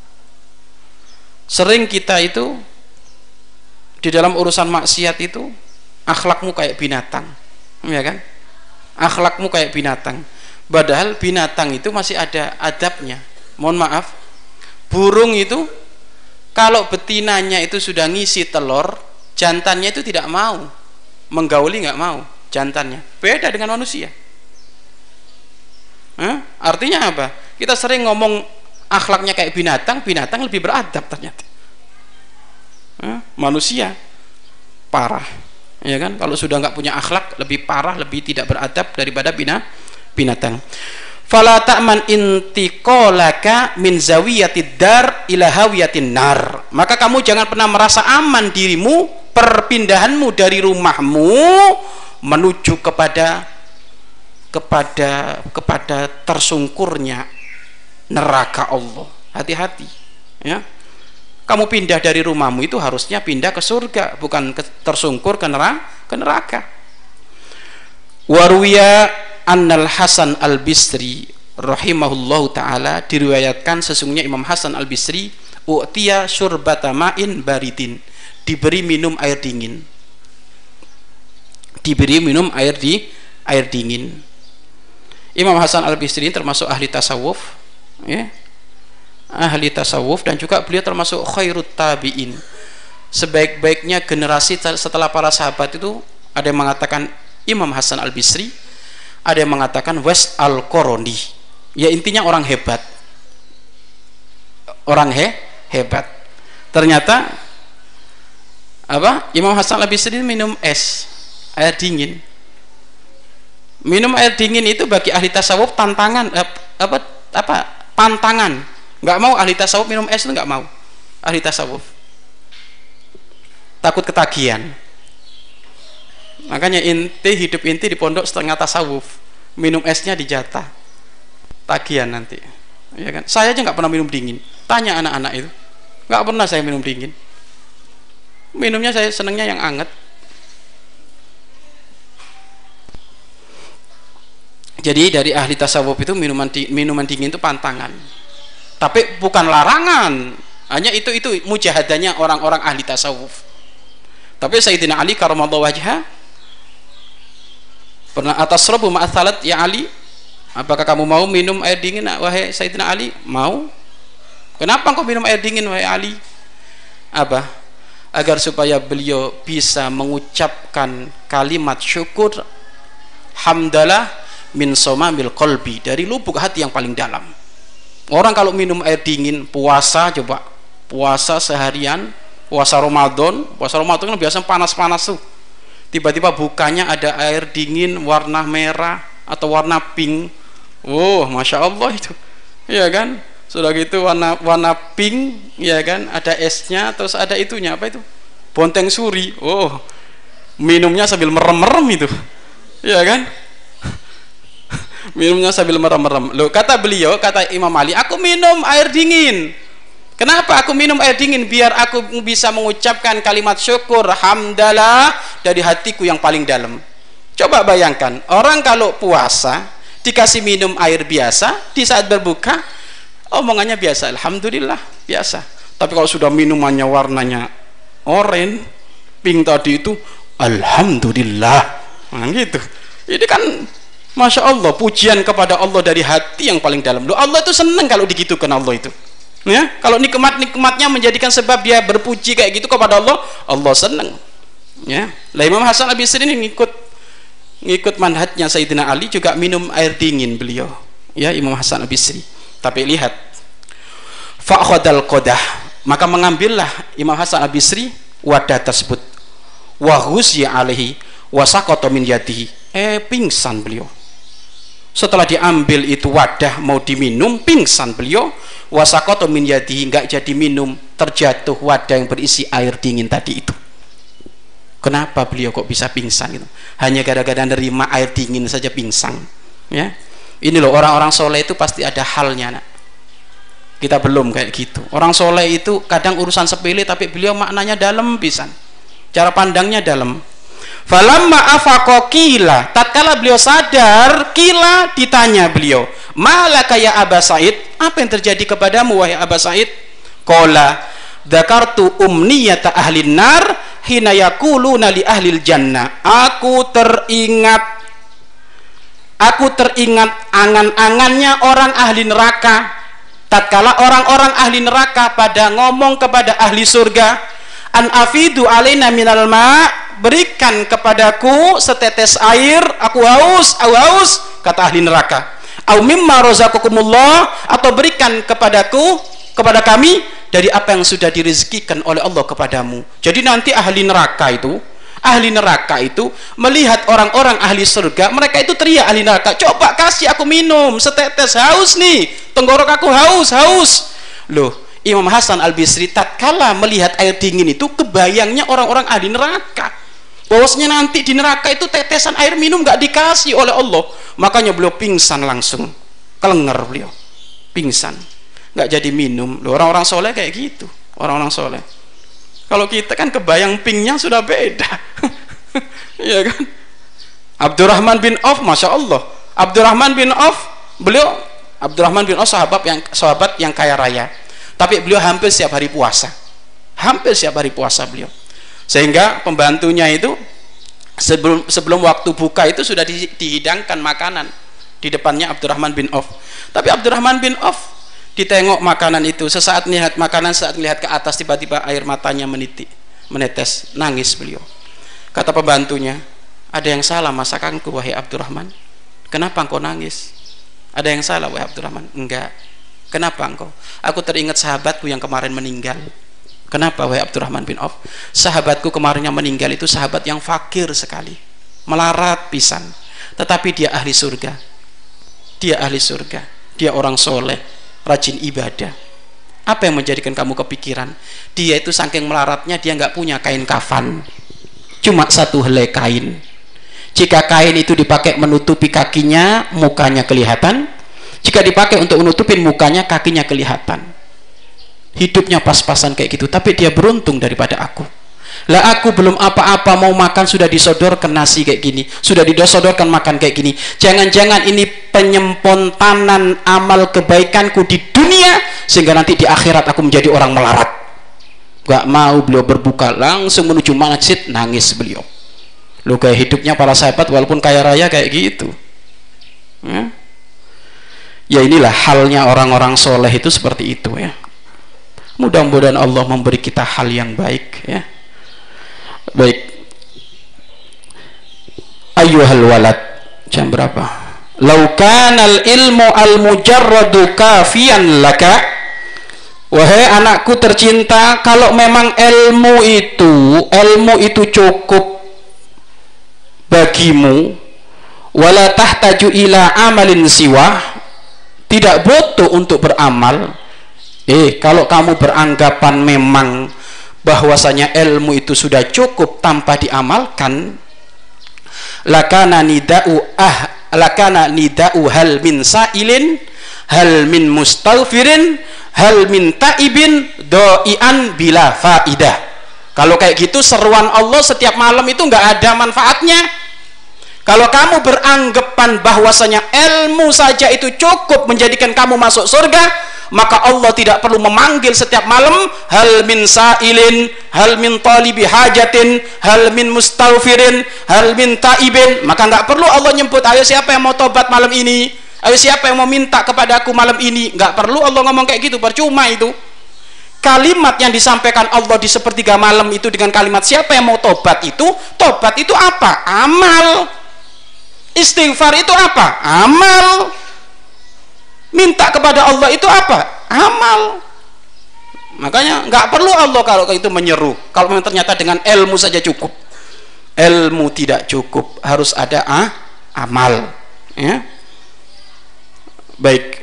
sering kita itu di dalam urusan maksiat itu akhlakmu kayak binatang, ya kan, akhlakmu kayak binatang. Padahal binatang itu masih ada adabnya. Mohon maaf, burung itu kalau betinanya itu sudah ngisi telur, jantannya itu tidak mau menggauli, nggak mau jantannya. Beda dengan manusia. Artinya apa? Kita sering ngomong akhlaknya kayak binatang, binatang lebih beradab ternyata. Manusia parah, ya kan? Kalau sudah nggak punya akhlak, lebih parah, lebih tidak beradab daripada binatang. Fala ta'man intiqalaka min zawiyatid dar ila hawiyatin nar. Maka kamu jangan pernah merasa aman dirimu, perpindahanmu dari rumahmu menuju kepada tersungkurnya neraka Allah. Hati-hati, ya. Kamu pindah dari rumahmu itu harusnya pindah ke surga, bukan tersungkur ke neraka. Waruya Annal Hasan Al-Bisri rahimahullahu ta'ala, diriwayatkan sesungguhnya Imam Hasan Al-Bisri u'tiya syurbata ma'in baridin, diberi minum air dingin, diberi minum air dingin. Imam Hasan Al-Bisri termasuk ahli tasawuf, ya, ahli tasawuf, dan juga beliau termasuk khairut tabi'in, sebaik-baiknya generasi setelah para sahabat itu. Ada yang mengatakan Imam Hasan Al-Bisri, ada yang mengatakan Wes Al-Qarani, Ya intinya orang hebat. Orang hebat. Ternyata apa? Imam Hasan Al-Bisri minum es, air dingin. Minum air dingin itu bagi ahli tasawuf tantangan, pantangan. Nggak mau ahli tasawuf minum es itu, nggak mau ahli tasawuf, takut ketagihan. Makanya hidup inti di pondok setengah tasawuf, minum esnya dijatah, tagihan nanti, ya kan? Saya aja nggak pernah minum dingin, tanya anak-anak itu, nggak pernah saya minum dingin. Minumnya saya senangnya yang anget. Jadi dari ahli tasawuf itu minuman dingin itu pantangan, tapi bukan larangan. Hanya itu mujahadahnya orang-orang ahli tasawuf. Tapi Sayyidina Ali karramallahu wajhah pernah atasrabu ma'ats salat ya Ali, apakah kamu mau minum air dingin wahai Sayyidina Ali? Mau. Kenapa kau minum air dingin wahai Ali? Apa? Agar supaya beliau bisa mengucapkan kalimat syukur, hamdalah min somamil qalbi, dari lubuk hati yang paling dalam. Orang kalau minum air dingin, puasa, coba puasa seharian, puasa Ramadan kan biasanya panas-panas tuh, tiba-tiba bukanya ada air dingin warna merah atau warna pink. Oh, masya Allah itu, ya kan? Sudah gitu warna pink, ya kan? Ada esnya, terus ada itunya, apa itu? Bonteng suri. Oh, minumnya sambil merem-merem itu, ya kan? Minumnya sambil merem-merem. Loh, kata beliau, kata Imam Ali, aku minum air dingin. Kenapa aku minum air dingin? Biar aku bisa mengucapkan kalimat syukur, hamdalah, dari hatiku yang paling dalam. Coba bayangkan, orang kalau puasa dikasih minum air biasa, di saat berbuka omongannya biasa, alhamdulillah, biasa. Tapi kalau sudah minumannya warnanya oranye, pink tadi itu, alhamdulillah. Nah gitu. Ini kan masya Allah, pujian kepada Allah dari hati yang paling dalam. Loh, Allah itu senang kalau digitukan Allah itu. Ya, kalau nikmatnya menjadikan sebab dia berpuji kayak gitu kepada Allah, Allah senang. Ya, lah Imam Hasan Al-Bisri ini ngikut manhajnya Sayyidina Ali, juga minum air dingin beliau. Ya, Imam Hasan Al-Bisri. Tapi lihat, fa'khadal qadah, maka mengambillah Imam Hasan Al-Bisri wadah tersebut, wa ghusya alaihi wa saqata min yadihi, pingsan beliau. Setelah diambil itu wadah mau diminum, pingsan beliau, wa saqata min yadihi, enggak jadi minum, terjatuh wadah yang berisi air dingin tadi itu. Kenapa beliau kok bisa pingsan gitu? Hanya gara-gara nerima air dingin saja pingsan. Ya, ini loh, orang-orang soleh itu pasti ada halnya, nak. Kita belum kayak gitu. Orang soleh itu kadang urusan sepele, tapi beliau maknanya dalam pisan, cara pandangnya dalam. Falamma afaqa qila, tatkala beliau sadar, qila, ditanya beliau, malaka ya Aba Said, apa yang terjadi kepadamu wahai Aba Said? Qala dzakartu umniyata ahlin nar hina yaquluna li ahlil jannah, aku teringat angan-angannya orang ahli neraka tatkala orang-orang ahli neraka pada ngomong kepada ahli surga, an afidu alaina minal ma, berikan kepadaku setetes air, aku haus, kata ahli neraka. Au mimma razaqakumullah, atau berikan kepada kami dari apa yang sudah direzekikan oleh Allah kepadamu. Jadi nanti ahli neraka itu melihat orang-orang ahli surga, mereka itu teriak ahli neraka, coba kasih aku minum setetes, haus nih, tenggorok aku haus. Loh, Imam Hasan Al-Bisri tatkala melihat air dingin itu, kebayangnya orang-orang ahli neraka, bahwasanya nanti di neraka itu tetesan air minum gak dikasih oleh Allah. Makanya beliau pingsan langsung, kelenger beliau, pingsan, gak jadi minum. Loh, orang-orang soleh kayak gitu, orang-orang soleh. Kalau kita kan kebayang pingnya sudah beda. Iya kan? Abdurrahman bin Auf, masya Allah, Abdurrahman bin Auf sahabat yang kaya raya, tapi beliau hampir setiap hari puasa beliau, sehingga pembantunya itu sebelum waktu buka itu sudah dihidangkan makanan di depannya Abdurrahman bin Auf. Tapi Abdurrahman bin Auf ditengok makanan itu, sesaat melihat makanan, saat melihat ke atas tiba-tiba air matanya menetes, nangis beliau. Kata pembantunya, ada yang salah masakanku wahai Abdurrahman, kenapa engkau nangis? Ada yang salah wahai Abdurrahman? Enggak. Kenapa engkau? Aku teringat sahabatku yang kemarin meninggal. Kenapa wahai Abdurrahman bin Auf? Sahabatku kemarin yang meninggal itu sahabat yang fakir sekali, melarat pisan, tetapi dia ahli surga. Dia ahli surga, dia orang soleh, rajin ibadah. Apa yang menjadikan kamu kepikiran? Dia itu saking melaratnya dia nggak punya kain kafan, cuma satu helai kain. Jika kain itu dipakai menutupi kakinya, mukanya kelihatan. Jika dipakai untuk menutupin mukanya, kakinya kelihatan. Hidupnya pas-pasan kayak gitu, tapi dia beruntung daripada aku. Lah aku belum apa-apa, mau makan sudah disodorkan nasi kayak gini, sudah disodorkan makan kayak gini. Jangan-jangan ini penyempontanan amal kebaikanku di dunia, sehingga nanti di akhirat aku menjadi orang melarat. Gak mau beliau berbuka, langsung menuju masjid, nangis beliau. Lo kayak hidupnya para sahabat walaupun kaya raya kayak gitu. Ya inilah halnya orang-orang soleh itu seperti itu ya. Mudah-mudahan Allah memberi kita hal yang baik ya. Baik. Ayyuhal walad, jam berapa? Lau kanal ilmu al mujarradu kafiyan laka. Wahai anakku tercinta, kalau memang ilmu itu cukup bagimu, wala tahtaju ila amalin siwa, tidak butuh untuk beramal. Kalau kamu beranggapan memang bahwasanya ilmu itu sudah cukup tanpa diamalkan, lakana nida'u hal min sa'ilin hal min mustaghfirin hal min ta'ibin do'ian bila faidah. Kalau kayak gitu seruan Allah setiap malam itu nggak ada manfaatnya. Kalau kamu beranggapan bahwasanya ilmu saja itu cukup menjadikan kamu masuk surga, maka Allah tidak perlu memanggil setiap malam hal min sa'ilin, hal min talibi hajatin, hal min mustaghfirin, hal min ta'ibin. Maka nggak perlu Allah nyebut, ayo siapa yang mau tobat malam ini, ayo siapa yang mau minta kepadaku malam ini. Nggak perlu Allah ngomong kayak gitu, percuma itu. Kalimat yang disampaikan Allah di sepertiga malam itu dengan kalimat siapa yang mau tobat itu apa? Amal. Istighfar itu apa? Amal. Minta kepada Allah itu apa? Amal. Makanya nggak perlu Allah kalau itu menyeru. Kalau memang ternyata dengan ilmu saja cukup. Ilmu tidak cukup, harus ada amal. Ya. Baik.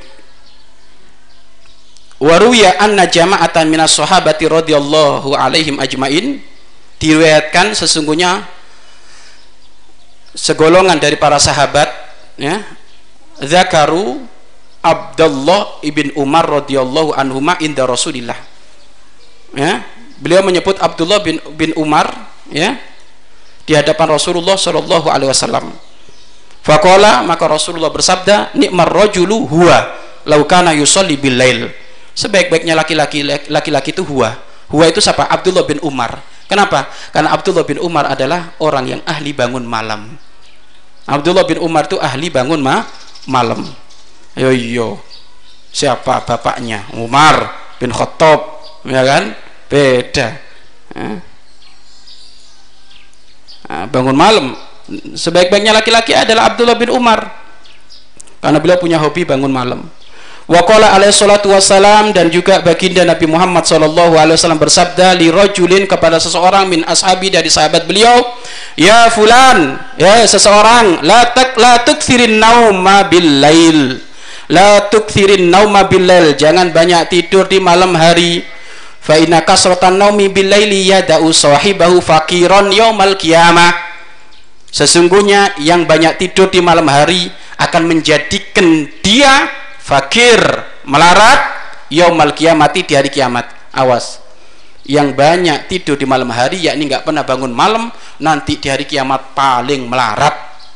Waruya anna jama'atan minas sahabati radhiyallahu alaihim ajmain, diriwayatkan sesungguhnya segolongan dari para sahabat ya, zakaru Abdullah ibn Umar radhiyallahu anhuma inda Rasulillah ya, beliau menyebut Abdullah bin Umar ya di hadapan Rasulullah sallallahu alaihi wasallam. Faqala, maka Rasulullah bersabda, ni'mar rajulu huwa law kana yusalli bil lail. Sebaik-baiknya laki-laki itu huwa itu siapa? Abdullah bin Umar. Kenapa? Karena Abdullah bin Umar adalah orang yang ahli bangun malam. Abdullah bin Umar itu ahli bangun malam. Yo siapa bapaknya? Umar bin Khattab, ya kan? Beda. Bangun malam. Sebaik-baiknya laki-laki adalah Abdullah bin Umar, karena beliau punya hobi bangun malam. Wa qala alaihi salatu wassalam, dan juga baginda Nabi Muhammad sallallahu alaihi wasallam bersabda li rajulin, kepada seseorang min ashabi, dari sahabat beliau, ya fulan, ya seseorang, la tukthirin nauma bil lail, la tukthirin nauma bil lail, jangan banyak tidur di malam hari. Fa inna kasratan naumi bil laili yada'u sahibahu faqiran yaumal qiyamah. Sesungguhnya yang banyak tidur di malam hari akan menjadikan dia fakir, melarat, yaumal qiyamati, di hari kiamat. Awas, yang banyak tidur di malam hari, yakni nggak pernah bangun malam, nanti di hari kiamat paling melarat,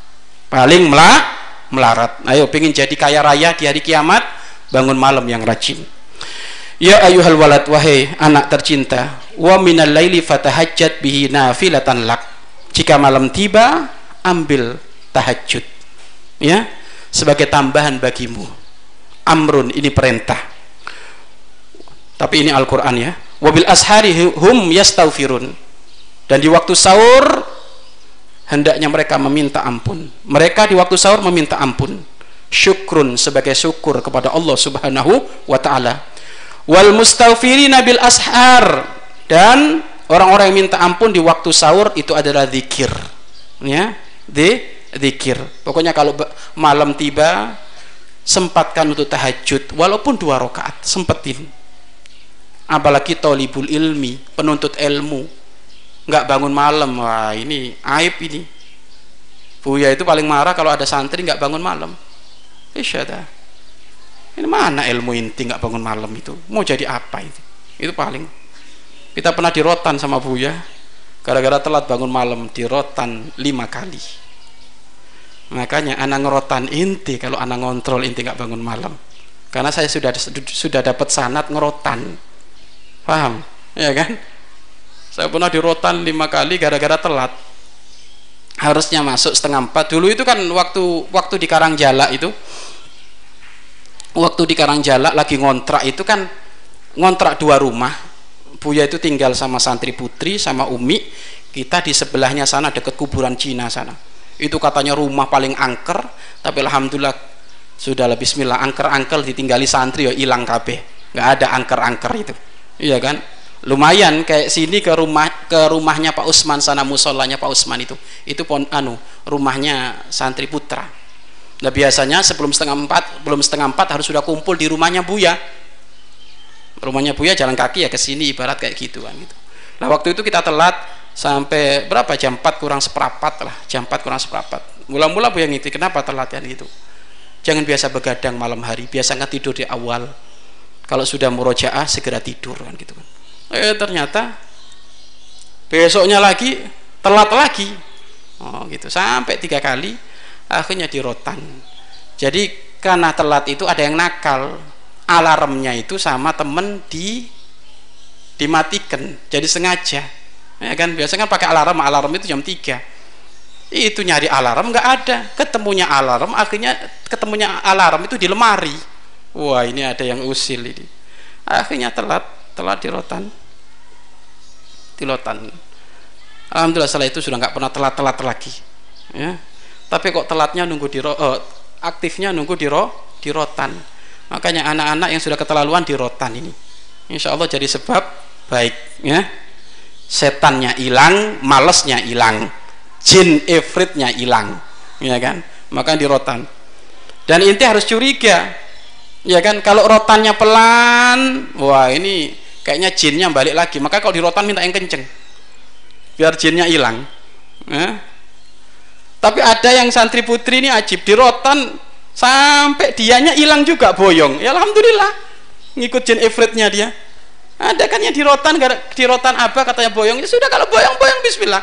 melarat. Ayo, pengen jadi kaya raya di hari kiamat, bangun malam yang rajin. Ya ayyuhal walad, wahai anak tercinta, wa minal laili fatahajjat bihi nafilatan lak. Jika malam tiba, ambil tahajud ya sebagai tambahan bagimu. Amrun, ini perintah, tapi ini Al-Quran ya. Wabil ashari hum yastaghfirun, dan di waktu sahur hendaknya mereka meminta ampun. Mereka di waktu sahur meminta ampun. syukrun, sebagai syukur kepada Allah Subhanahu wa taala. Wal mustaghfirina bil ashar, dan orang-orang yang minta ampun di waktu sahur itu adalah zikir, ya, zikir. Pokoknya kalau malam tiba, sempatkan untuk tahajud walaupun 2 rakaat, sempetin. Apalagi thalibul ilmi, penuntut ilmu, nggak bangun malam, wah ini aib ini. Buya itu paling marah kalau ada santri nggak bangun malam. Isyada, ini mana ilmu inti nggak bangun malam itu? Mau jadi apa itu? Itu paling. Kita pernah dirotan sama Buya gara-gara telat bangun malam, dirotan 5 kali. Makanya anak ngerotan inti kalau anak ngontrol inti nggak bangun malam, karena saya sudah dapat sanad ngerotan, paham ya kan? Saya pernah dirotan 5 kali gara-gara telat, harusnya masuk 3:30. Dulu itu kan waktu di Karangjalak itu, waktu di Karangjalak lagi ngontrak itu kan, ngontrak 2 rumah. Buya itu tinggal sama santri putri sama Umi, kita di sebelahnya sana dekat kuburan Cina sana. Itu katanya rumah paling angker, tapi alhamdulillah sudah lah, bismillah, angker-angker ditinggali santri ya hilang kabeh, nggak ada angker-angker itu, iya kan? Lumayan kayak sini ke rumahnya Pak Usman sana, musolanya Pak Usman itu rumahnya santri putra. Nah biasanya sebelum 3:30 harus sudah kumpul di rumahnya Buya. Rumahnya Buya jalan kaki ya ke sini, ibarat kayak gitu kan gitu. Nah waktu itu kita telat sampai berapa, jam 4 kurang seperempat lah, jam 4 kurang seperempat. Mula-mula Buya ngerti kenapa telat kan gitu. Jangan biasa begadang malam hari, biasa nggak tidur di awal. Kalau sudah murojaah segera tidur kan gitu kan. Ternyata besoknya lagi telat lagi. Oh gitu, sampai 3 kali akhirnya dirotan. Jadi karena telat itu ada yang nakal, alarmnya itu sama temen dimatikan, jadi sengaja ya kan. Biasanya kan pakai alarm itu jam 3, itu nyari alarm nggak ada, ketemunya alarm itu di lemari. Wah ini ada yang usil ini, akhirnya telat dirotan. Alhamdulillah setelah itu sudah nggak pernah telat lagi ya. Tapi kok telatnya nunggu aktifnya nunggu di rotan. Makanya anak-anak yang sudah keterlaluan di rotan ini, insya Allah jadi sebab baik ya. Setannya hilang, malesnya hilang, jin ifritnya hilang ya kan. Maka di rotan. Dan inti harus curiga ya kan, kalau rotannya pelan, wah ini kayaknya jinnya balik lagi. Maka kalau di rotan minta yang kenceng biar jinnya hilang ya. Tapi ada yang santri putri ini ajib, di rotan sampai dianya hilang juga, boyong ya, alhamdulillah ngikut jin ifritnya dia. Ada kan yang di rotan apa katanya boyong, ya sudah, kalau boyong bismillah.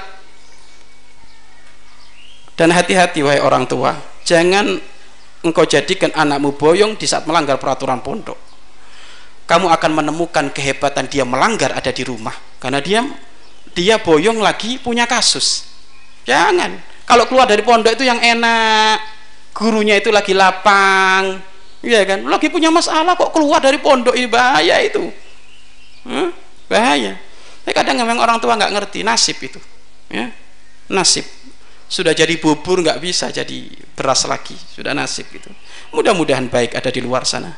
Dan hati-hati wahai orang tua, jangan engkau jadikan anakmu boyong di saat melanggar peraturan pondok. Kamu akan menemukan kehebatan dia melanggar ada di rumah, karena dia boyong lagi punya kasus. Jangan, kalau keluar dari pondok itu yang enak, gurunya itu lagi lapang ya kan, lagi punya masalah kok keluar dari pondok, ini bahaya itu. Bahaya. Tapi kadang memang orang tua nggak ngerti nasib itu ya. Nasib sudah jadi bubur nggak bisa jadi beras lagi, sudah nasib itu. Mudah-mudahan baik ada di luar sana.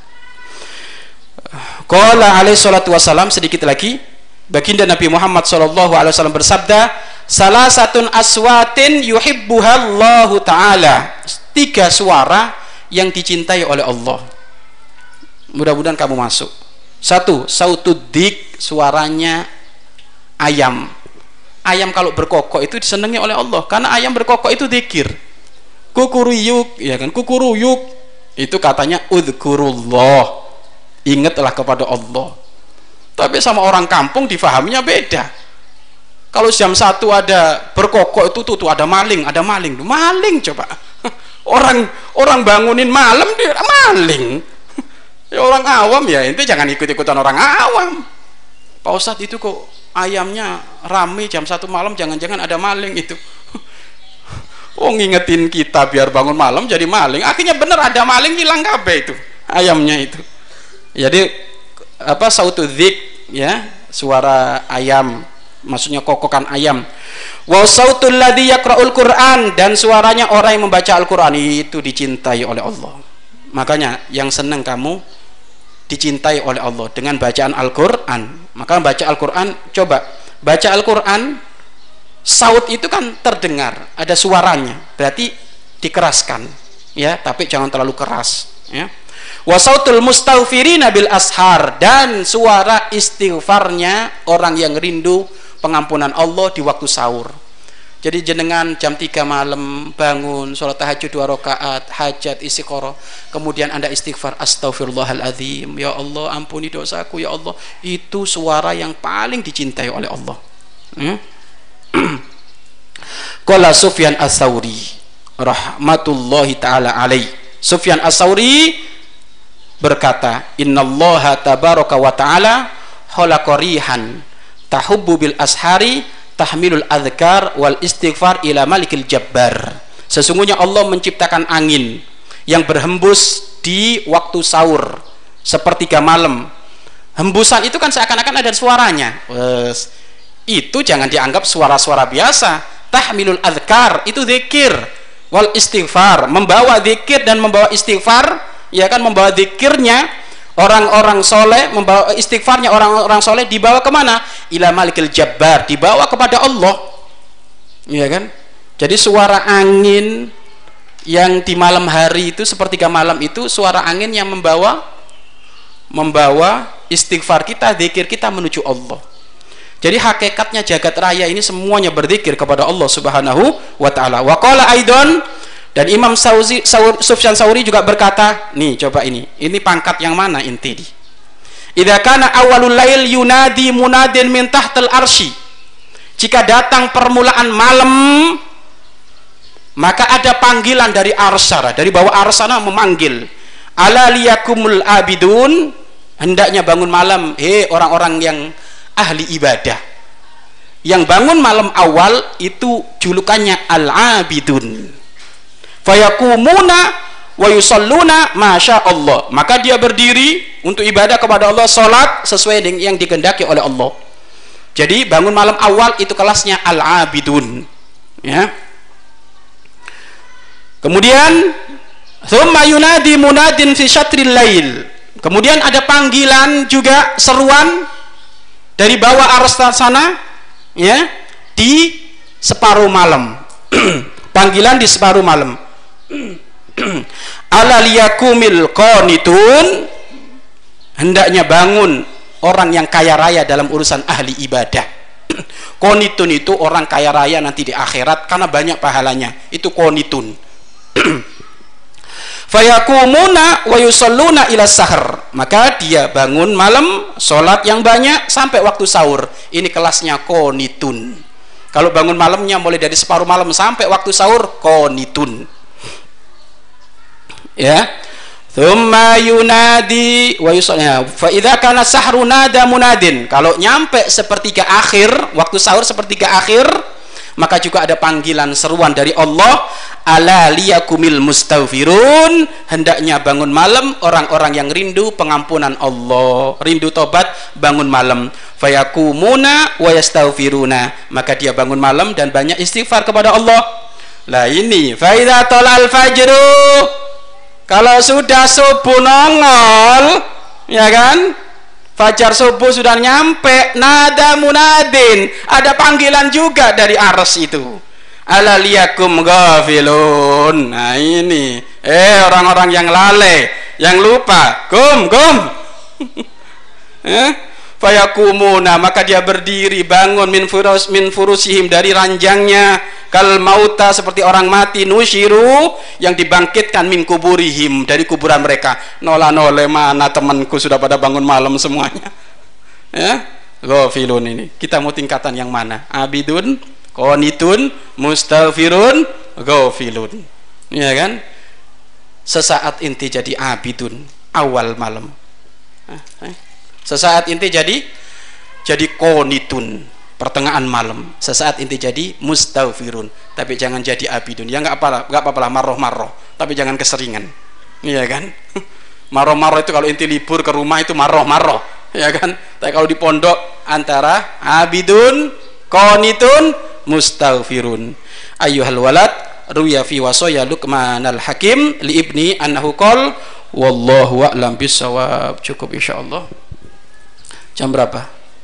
Qala alaihi salatu wassalam, sedikit lagi baginda Nabi Muhammad sallallahu alaihi wasallam bersabda, salasatun aswatin yuhibbuhallahu ta'ala, 3 suara yang dicintai oleh Allah. Mudah-mudahan kamu masuk. 1, sautudik, suaranya ayam. Ayam kalau berkokok itu disenangi oleh Allah, karena ayam berkokok itu dzikir. Kukuruyuk ya kan, kukuruyuk itu katanya udzkurullah, ingatlah kepada Allah. Tapi sama orang kampung difahaminya beda. Kalau jam 1 ada berkokok itu tuh ada maling coba. Orang bangunin malam dia maling. Ya orang awam ya, ente jangan ikut-ikutan orang awam. Pak Ustadz itu kok ayamnya rame jam 1 malam, jangan-jangan ada maling itu. Oh ngingetin kita biar bangun malam jadi maling, akhirnya bener ada maling, hilang kabeh itu ayamnya itu. Jadi apa, sautu dzik ya, suara ayam, maksudnya kokokan ayam. Wa sautul ladzi yaqra'ul Qur'an, dan suaranya orang yang membaca Al-Qur'an itu dicintai oleh Allah. Makanya yang senang kamu dicintai oleh Allah dengan bacaan Al-Quran. Maka baca Al-Quran, coba baca Al-Quran, saut itu kan terdengar, ada suaranya, berarti dikeraskan, ya, tapi jangan terlalu keras, ya. Wa sautul mustaghfirina bil ashar, dan suara istighfarnya orang yang rindu pengampunan Allah di waktu sahur. Jadi jenengan jam 3 malam bangun, sholat tahajud 2 rakaat, hajat, istiqoroh, kemudian Anda istighfar, astaghfirullahaladzim, ya Allah ampuni dosaku ya Allah, itu suara yang paling dicintai oleh Allah. Qala Sufyan Ats-Tsauri rahmatullahi taala alaih. Sufyan Ats-Tsauri berkata, innallaha tabaraka wa taala khalaqa rihan tahubbu bil ashari tahmilul adzkar wal istighfar ila malikil jabbar. Sesungguhnya Allah menciptakan angin yang berhembus di waktu sahur sepertiga malam. Hembusan itu kan seakan-akan ada suaranya. Itu jangan dianggap suara-suara biasa. Tahmilul adzkar itu zikir, wal istighfar membawa zikir dan membawa istighfar, ya kan, membawa zikirnya orang-orang soleh, membawa istighfarnya orang-orang soleh dibawa kemana? Ila malikil jabbar, dibawa kepada Allah, ya kan. Jadi suara angin yang di malam hari itu sepertiga malam itu suara angin yang membawa istighfar kita, zikir kita menuju Allah. Jadi hakikatnya jagat raya ini semuanya berzikir kepada Allah Subhanahu wa taala. Wa qala aidon, dan Imam Sufyan Tsauri juga berkata, nih coba ini pangkat yang mana inti di? Idza kana awalul lail yunadi munadin min tahtal arsy. Jika datang permulaan malam, maka ada panggilan dari arsara, dari bawah arsana memanggil, ala liyakumul abidun, hendaknya bangun malam, orang-orang yang ahli ibadah. Yang bangun malam awal itu julukannya al-abidun. Fayakumuna wa yusalluna masya Allah, maka dia berdiri untuk ibadah kepada Allah, salat sesuai dengan yang dikehendaki oleh Allah. Jadi bangun malam awal itu kelasnya al-abidun, ya. Kemudian thumma yunadi munadin fi syatril lail, kemudian ada panggilan juga, seruan dari bawah arsy sana, ya, di separuh malam. Panggilan di separuh malam. Ala liyakumil qanitun, hendaknya bangun orang yang kaya raya dalam urusan ahli ibadah. Qanitun itu orang kaya raya nanti di akhirat karena banyak pahalanya, itu qanitun. Fayakumuna wa yusalluna ila sahar, maka dia bangun malam, sholat yang banyak sampai waktu sahur. Ini kelasnya qanitun. Kalau bangun malamnya mulai dari separuh malam sampai waktu sahur, qanitun, ya. Thumma yunadi wa yusalluna fa idza kana sahru nada munadin, kalau nyampe sepertiga akhir, waktu sahur sepertiga akhir, maka juga ada panggilan seruan dari Allah, ala liyakumil mustaghfirun, hendaknya bangun malam orang-orang yang rindu pengampunan Allah, rindu tobat, bangun malam. Fayakumuna wa yastaghfiruna, maka dia bangun malam dan banyak istighfar kepada Allah. Lah ini fa idza talal fajru, kalau sudah subuh nongol, ya kan, fajar subuh sudah nyampe, nada munadin, ada panggilan juga dari ars itu, ala liyakum ghafilun. Nah ini orang-orang yang lalai, yang lupa, kum fayakumuna, maka dia berdiri, bangun, min furusihim, dari ranjangnya, kal mauta, seperti orang mati, nusyiru, yang dibangkitkan, min kuburihim, dari kuburan mereka. Nole mana temanku sudah pada bangun malam semuanya, ya. Ghafilun, ini kita mau tingkatan yang mana? Abidun, qanitun, mustaghfirun, ghafilun, ya kan. Sesaat inti jadi abidun awal malam, sesaat inti jadi qanitun pertengahan malam, sesaat inti jadi mustaghfirun, tapi jangan jadi abidun. Ya nggak apa-apa lah, marroh, tapi jangan keseringan, iya kan. Marroh itu kalau inti libur ke rumah itu marroh, ya kan. Tapi kalau di pondok antara abidun, qanitun, mustaghfirun. Ayyuhal walad ruya fi wasaya Luqman al-Hakim li ibni annahu qol Wallahu a'lam bishawab. Cukup insyaallah. Jam berapa?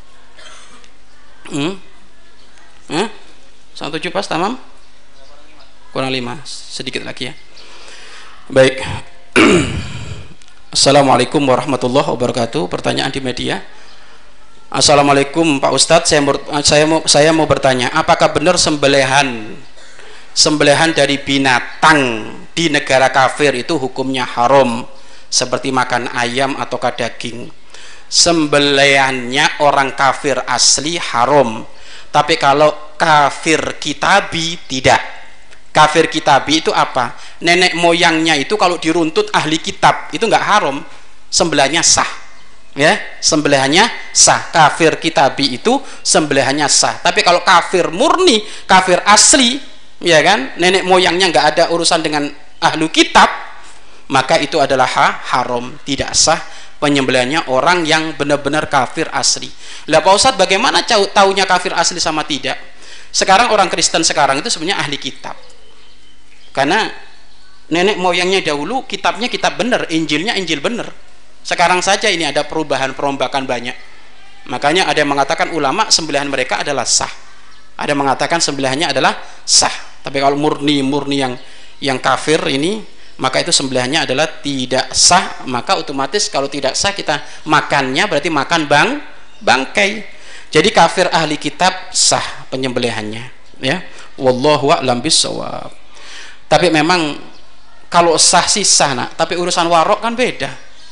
1:07 pas tamam? Kurang 5, sedikit lagi ya. Baik. Assalamualaikum warahmatullahi wabarakatuh. Pertanyaan di media. Assalamualaikum Pak Ustadz, saya mau bertanya, apakah benar sembelihan dari binatang di negara kafir itu hukumnya haram seperti makan ayam atau daging? Sembelihannya orang kafir asli haram, tapi kalau kafir kitabi tidak. Kafir kitabi itu apa? Nenek moyangnya itu kalau diruntut ahli kitab itu nggak haram, sembelihannya sah, ya, sembelihannya sah. Kafir kitabi itu sembelihannya sah. Tapi kalau kafir murni, kafir asli, ya kan, nenek moyangnya nggak ada urusan dengan ahlu kitab, maka itu adalah haram, tidak sah penyembelihannya orang yang benar-benar kafir asli. Lah Pak Ustadz, bagaimana taunya kafir asli sama tidak? Sekarang orang Kristen sekarang itu sebenarnya ahli kitab, karena nenek moyangnya dahulu kitabnya kitab benar, Injilnya Injil benar. Sekarang saja ini ada perombakan banyak. Makanya ada yang mengatakan ulama sembelihan mereka adalah sah, ada yang mengatakan sembelihannya adalah sah. Tapi kalau murni yang kafir ini, maka itu sembelihannya adalah tidak sah. Maka otomatis kalau tidak sah kita makannya berarti makan bangkai. Jadi kafir ahli kitab sah penyembelihannya, ya. Wallahu a'lam bishawab. Tapi memang kalau sah sih sah nak, tapi urusan warok kan beda.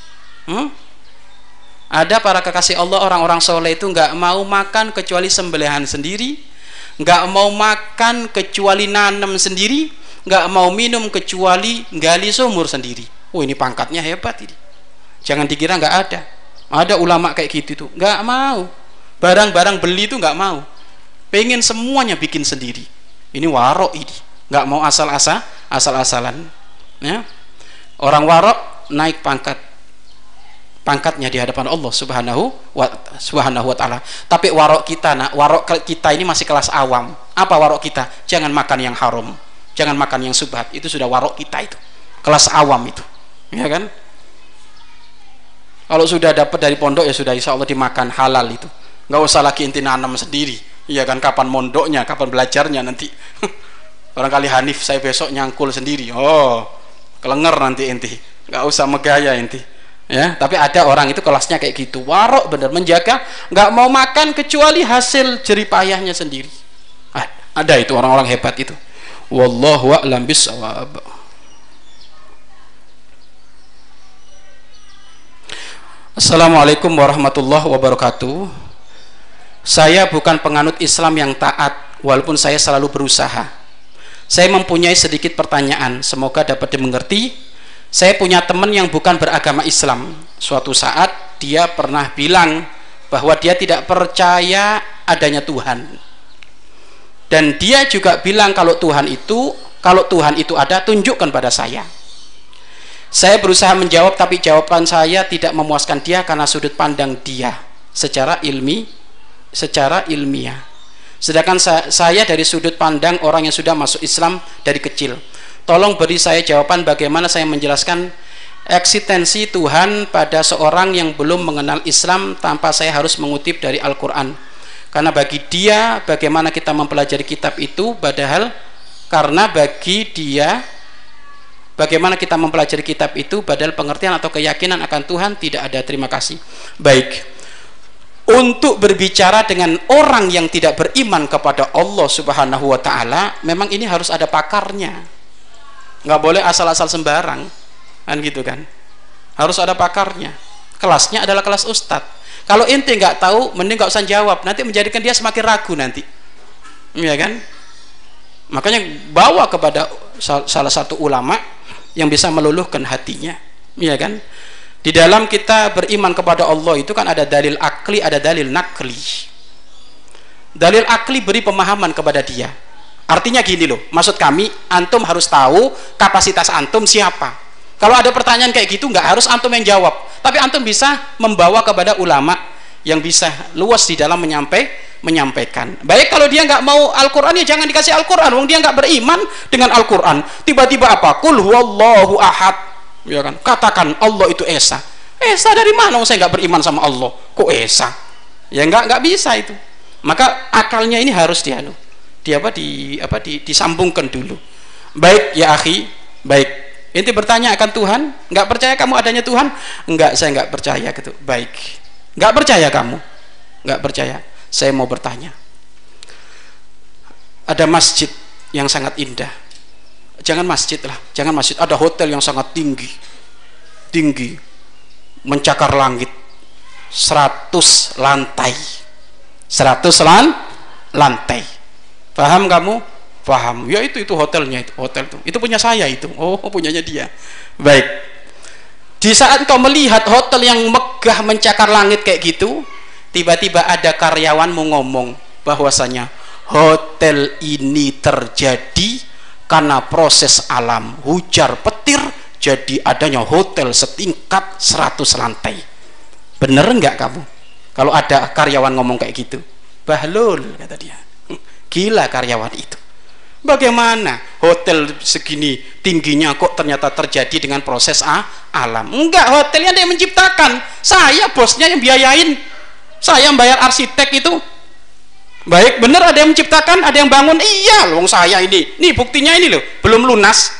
Ada para kekasih Allah, orang-orang soleh itu nggak mau makan kecuali sembelihan sendiri, nggak mau makan kecuali nanam sendiri, nggak mau minum kecuali gali sumur sendiri. Oh, ini pangkatnya hebat ini. Jangan dikira nggak ada. Ada ulama kayak gitu tuh, nggak mau. Barang-barang beli itu nggak mau. Pengen semuanya bikin sendiri. Ini warok ini. Nggak mau asal-asalan. Ya. Orang warok naik pangkatnya di hadapan Allah Subhanahu wa ta'ala. Tapi warok kita ini masih kelas awam. Apa warok kita? Jangan makan yang haram, jangan makan yang subhat. Itu sudah warok kita, itu kelas awam itu, ya kan? Kalau sudah dapat dari pondok ya sudah, insya Allah dimakan halal itu. Nggak usah lagi inti nanam sendiri, iya kan? Kapan mondoknya, kapan belajarnya nanti. Barangkali Hanif saya besok nyangkul sendiri, oh kelenger nanti inti, nggak usah megaya inti, ya. Tapi ada orang itu kelasnya kayak gitu, warok bener, menjaga, nggak mau makan kecuali hasil jeripayahnya sendiri. Ada itu orang-orang hebat itu. Wallahu a'lam bishawab. Assalamualaikum warahmatullahi wabarakatuh. Saya bukan penganut Islam yang taat, walaupun saya selalu berusaha. Saya mempunyai sedikit pertanyaan, semoga dapat dimengerti. Saya punya teman yang bukan beragama Islam. Suatu saat dia pernah bilang bahwa dia tidak percaya adanya Tuhan. Dan dia juga bilang kalau Tuhan itu ada, tunjukkan pada saya. Saya berusaha menjawab, tapi jawaban saya tidak memuaskan dia karena sudut pandang dia secara ilmiah. Sedangkan saya dari sudut pandang orang yang sudah masuk Islam dari kecil. Tolong beri saya jawaban bagaimana saya menjelaskan eksistensi Tuhan pada seorang yang belum mengenal Islam tanpa saya harus mengutip dari Al-Quran. Karena bagi dia bagaimana kita mempelajari kitab itu, padahal karena bagi dia bagaimana kita mempelajari kitab itu, padahal pengertian atau keyakinan akan Tuhan tidak ada. Terima kasih. Baik. Untuk berbicara dengan orang yang tidak beriman kepada Allah Subhanahu wa ta'ala, memang ini harus ada pakarnya, nggak boleh asal-asal sembarang, kan gitu kan, harus ada pakarnya. Kelasnya adalah kelas ustadz. Kalau ente nggak tahu, mending nggak usah jawab, nanti menjadikan dia semakin ragu nanti, ya kan? Makanya bawa kepada salah satu ulama yang bisa meluluhkan hatinya, ya kan? Di dalam kita beriman kepada Allah itu kan ada dalil akli, ada dalil nakli. Dalil akli beri pemahaman kepada dia. Artinya gini loh, maksud kami, antum harus tahu kapasitas antum siapa. Kalau ada pertanyaan kayak gitu, nggak harus antum yang jawab, tapi antum bisa membawa kepada ulama yang bisa luas di dalam menyampaikan. Baik, kalau dia nggak mau Al-Quran, ya jangan dikasih Al-Quran. Wong dia nggak beriman dengan Al-Quran. Tiba-tiba apa? Qul huwallahu ahad. Ya kan? Katakan Allah itu esa. Esa dari mana? Saya nggak beriman sama Allah. Kok esa? Ya nggak bisa itu. Maka akalnya ini harus disambungkan dulu. Baik ya akhi, baik. Inti bertanya akan Tuhan, nggak percaya kamu adanya Tuhan? Enggak, saya nggak percaya gitu. Baik. Nggak percaya kamu? Nggak percaya. Saya mau bertanya. Ada masjid yang sangat indah. Jangan masjid lah, jangan masjid. Ada hotel yang sangat tinggi, mencakar langit, 100 lantai, 100 lantai. Paham kamu? Paham. Ya itu hotelnya, hotel itu punya saya itu. Oh, punyanya dia. Baik. Di saat kau melihat hotel yang megah mencakar langit kayak gitu, tiba-tiba ada karyawanmu ngomong bahwasanya hotel ini terjadi karena proses alam hujar petir, jadi adanya hotel setingkat 100 lantai. Bener nggak kamu kalau ada karyawan ngomong kayak gitu? Bahlul, kata dia. Gila karyawan itu. Bagaimana hotel segini tingginya kok ternyata terjadi dengan proses alam? Enggak, hotelnya ada yang menciptakan. Saya bosnya yang biayain, saya yang bayar arsitek itu. Baik, benar ada yang menciptakan, ada yang bangun. Iya, loh saya ini. Nih buktinya ini loh, belum lunas.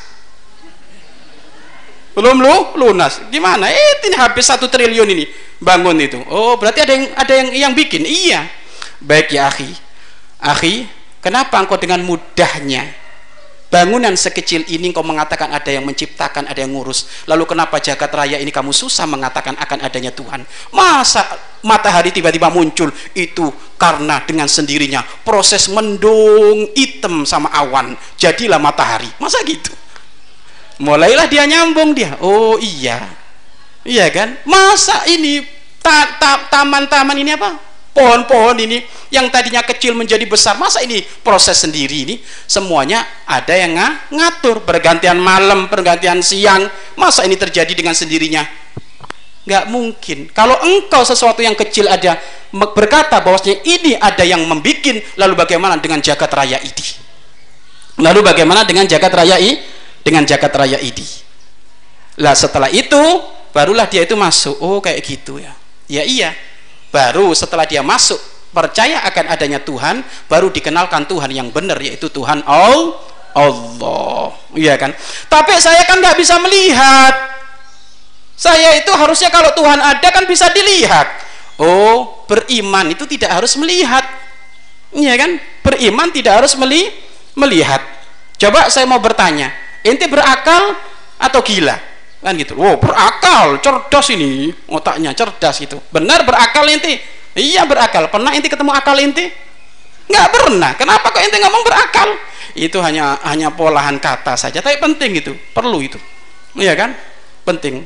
Belum lunas. Gimana? Ini habis 1 triliun ini bangun itu. Oh, berarti ada yang bikin. Iya. Baik ya akhi, kenapa engkau dengan mudahnya bangunan sekecil ini engkau mengatakan ada yang menciptakan, ada yang ngurus? Lalu kenapa jagat raya ini kamu susah mengatakan akan adanya Tuhan? Masa matahari tiba-tiba muncul? Itu karena dengan sendirinya proses mendung hitam sama awan, jadilah matahari. Masa gitu? Mulailah dia nyambung dia. Oh iya kan? Masa ini taman-taman ini apa? Pohon-pohon ini yang tadinya kecil menjadi besar, masa ini proses sendiri ini? Semuanya ada yang ngatur, pergantian malam, pergantian siang. Masa ini terjadi dengan sendirinya? Nggak mungkin. Kalau engkau sesuatu yang kecil ada berkata bahwasanya ini ada yang membikin, lalu bagaimana dengan jagat raya ini? Lalu bagaimana dengan jagat raya ini? Dengan jagat raya ini. Lah setelah itu barulah dia itu masuk. Oh kayak gitu ya. Ya iya. Baru setelah dia masuk percaya akan adanya Tuhan, baru dikenalkan Tuhan yang benar, yaitu Tuhan Allah. Iya kan? Tapi saya kan nggak bisa melihat. Saya itu harusnya kalau Tuhan ada kan bisa dilihat. Oh, beriman itu tidak harus melihat. Iya kan? Beriman tidak harus melihat. Coba saya mau bertanya, ente berakal atau gila? Kan gitu. Oh, berakal, cerdas ini, otaknya cerdas gitu. Benar berakal ente? Iya berakal. Pernah ente ketemu akal ente? Nggak pernah. Kenapa kok ente ngomong berakal? Itu hanya polahan kata saja, tapi penting itu, perlu itu. Iya kan? Penting.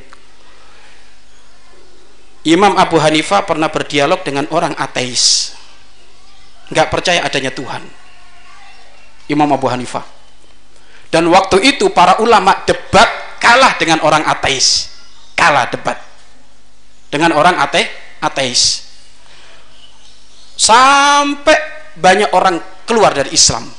Imam Abu Hanifah pernah berdialog dengan orang ateis, nggak percaya adanya Tuhan. Imam Abu Hanifah. Dan waktu itu para ulama debat, kalah dengan orang ateis, kalah debat dengan orang ateis, sampai banyak orang keluar dari Islam,